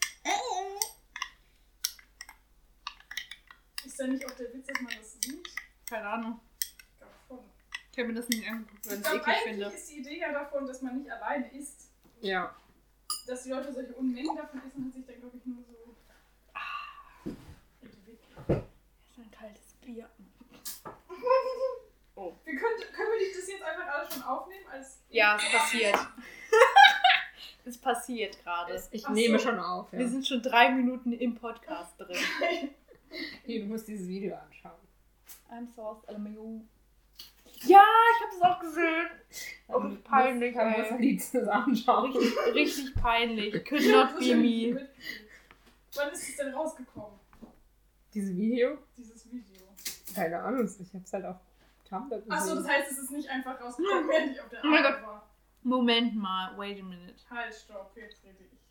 Ist da nicht auch der Witz, dass man das sieht? Keine Ahnung. Ich glaube schon. Ich habe mir das nicht angeguckt, weil Ich ich es glaube, eklig eigentlich finde. ist die Idee ja davon, dass man nicht alleine isst. Ja. Dass die Leute solche Unmengen davon essen und sich dann, glaube ich, nur so... Das ist ein kaltes Bier. Können wir das jetzt einfach alles schon aufnehmen? Ja, es passiert. Es passiert gerade. Ich Ach nehme so. schon auf. Wir Ja. sind schon 3 Minuten im Podcast drin. Hier, du musst dieses Video anschauen. I'm sauced LMAO. Ja, ich habe es auch gesehen. Oh, Du peinlich, musst am ey. liebsten das anschauen. Richtig peinlich. Could not be me. Wann ist es denn rausgekommen, Dieses Video? dieses Video? Keine Ahnung, ich hab's halt auf Tumblr gesehen. Achso, das heißt, es ist nicht einfach rausgekommen, während ich auf der Oh mein Arbeit war. Moment mal, wait a minute. Halt, stopp, jetzt rede ich.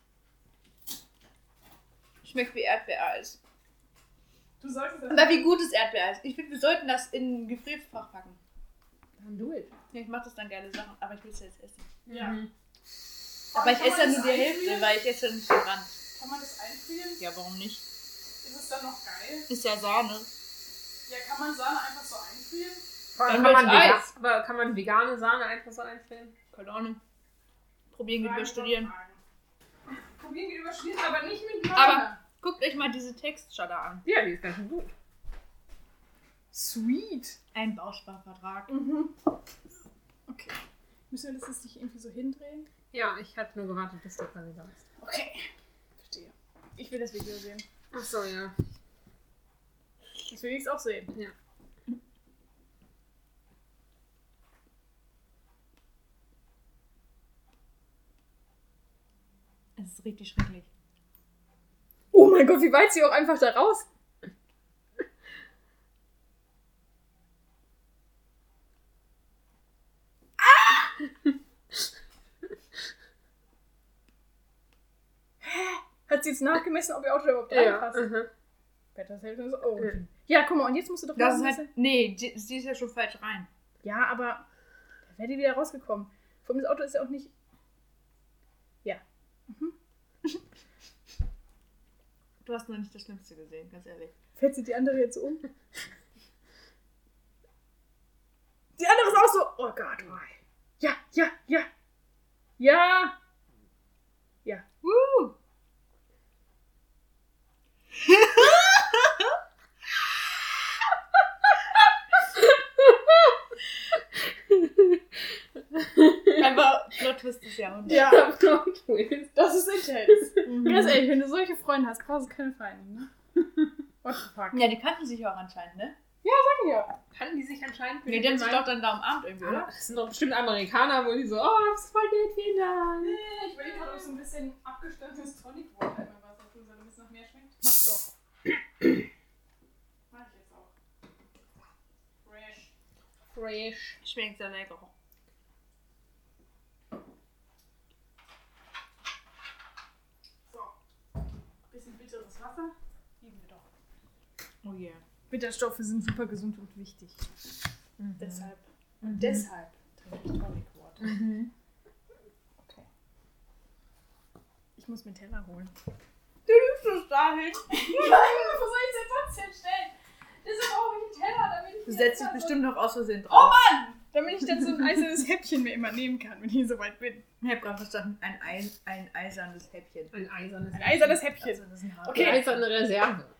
Schmeckt wie Erdbeereis. Du solltest das... Aber wie gut ist Erdbeereis? Ich finde, wir sollten das in ein Gefrierfach packen. Dann do it. Ja, ich mache das dann geile Sachen, aber ich will es jetzt essen. Ja. Mhm. Aber ich Kann esse man ja das nur die Hälfte, einfrieren? weil ich esse ja nicht den Rand. Kann man das einfrieren? Ja, warum nicht? Ist es dann noch geil? Ist ja Sahne. Ja, kann man Sahne einfach so einfrieren? Dann Kann man, wird's Eis. aber kann man vegane Sahne einfach so einfrieren? Keine Ahnung. Probieren geht Fragen über Studieren. von Fragen. Probieren geht über Studieren, aber nicht mit meiner. Aber guckt euch mal diese Textschau da an. Ja, die ist ganz schön gut. Sweet. Ein Bausparvertrag. Mhm. Okay. Müssen wir das jetzt nicht irgendwie so hindrehen? Ja, ich hatte nur gewartet, bis der quasi da ist. Okay. Verstehe. Ich will das Video sehen. Achso, ja. Das will ich auch sehen. Ja. Es ist richtig schrecklich. Oh mein Gott, wie weit sie auch einfach da raus. Hat sie jetzt nachgemessen, ob ihr Auto da überhaupt reinpasst? Mhm. Better safe than sorry. Oh. Ja. Ja, guck mal, und jetzt musst du doch Das noch ist ein halt. Nee, sie ist ja schon falsch rein. Ja, aber da wäre die wieder rausgekommen. Vor allem das Auto ist ja auch nicht... Ja. Du hast noch nicht das Schlimmste gesehen, ganz ehrlich. Fällt sie die andere jetzt um? Die andere ist auch so... Oh Gott, why? Ja, ja, ja. Ja. Ja. Woo! Aber Plot-Twist des Jahrhunderts. Ja, Plot-Twist. das ist intens. Mhm. Ganz ehrlich, wenn du solche Freunde hast, brauchst du keine Feinde, ne? What the fuck? Ja, die kannten sich auch anscheinend, ne? Ja. Kannten die sich anscheinend Nee, die haben sich doch dann da umarmt irgendwie, oder? Das sind doch bestimmt Amerikaner, wo die so, oh, das ist voll nett, vielen Dank. Ich überlege gerade, ob ich so ein bisschen abgestandenes Tonic Water in mein Wasser tue, damit es noch mehr schmeckt. Mach doch. Mach ich jetzt auch. Fresh. Fresh. Schmeckt sehr lecker. So. Bisschen bitteres Wasser. Lieben wir doch. Oh yeah. Bitterstoffe sind super gesund und wichtig. Deshalb. Und deshalb trinke ich Tonic Water. Okay. Ich muss mir einen Teller holen. Du liebst es dahin. Nein, wo soll ich es denn sonst hinstellen? Deshalb brauche ich einen Teller, damit ich Du mir setzt dich jetzt bestimmt noch aus Versehen drauf. Oh Mann! Damit ich dann so ein eisernes Häppchen mir immer nehmen kann, wenn ich so weit bin. Ich hab gerade verstanden, ein eisernes Häppchen. Ein eisernes Ein eisernes Häppchen. Also, das ist ein Haar. Okay. Eine eiserne Reserve.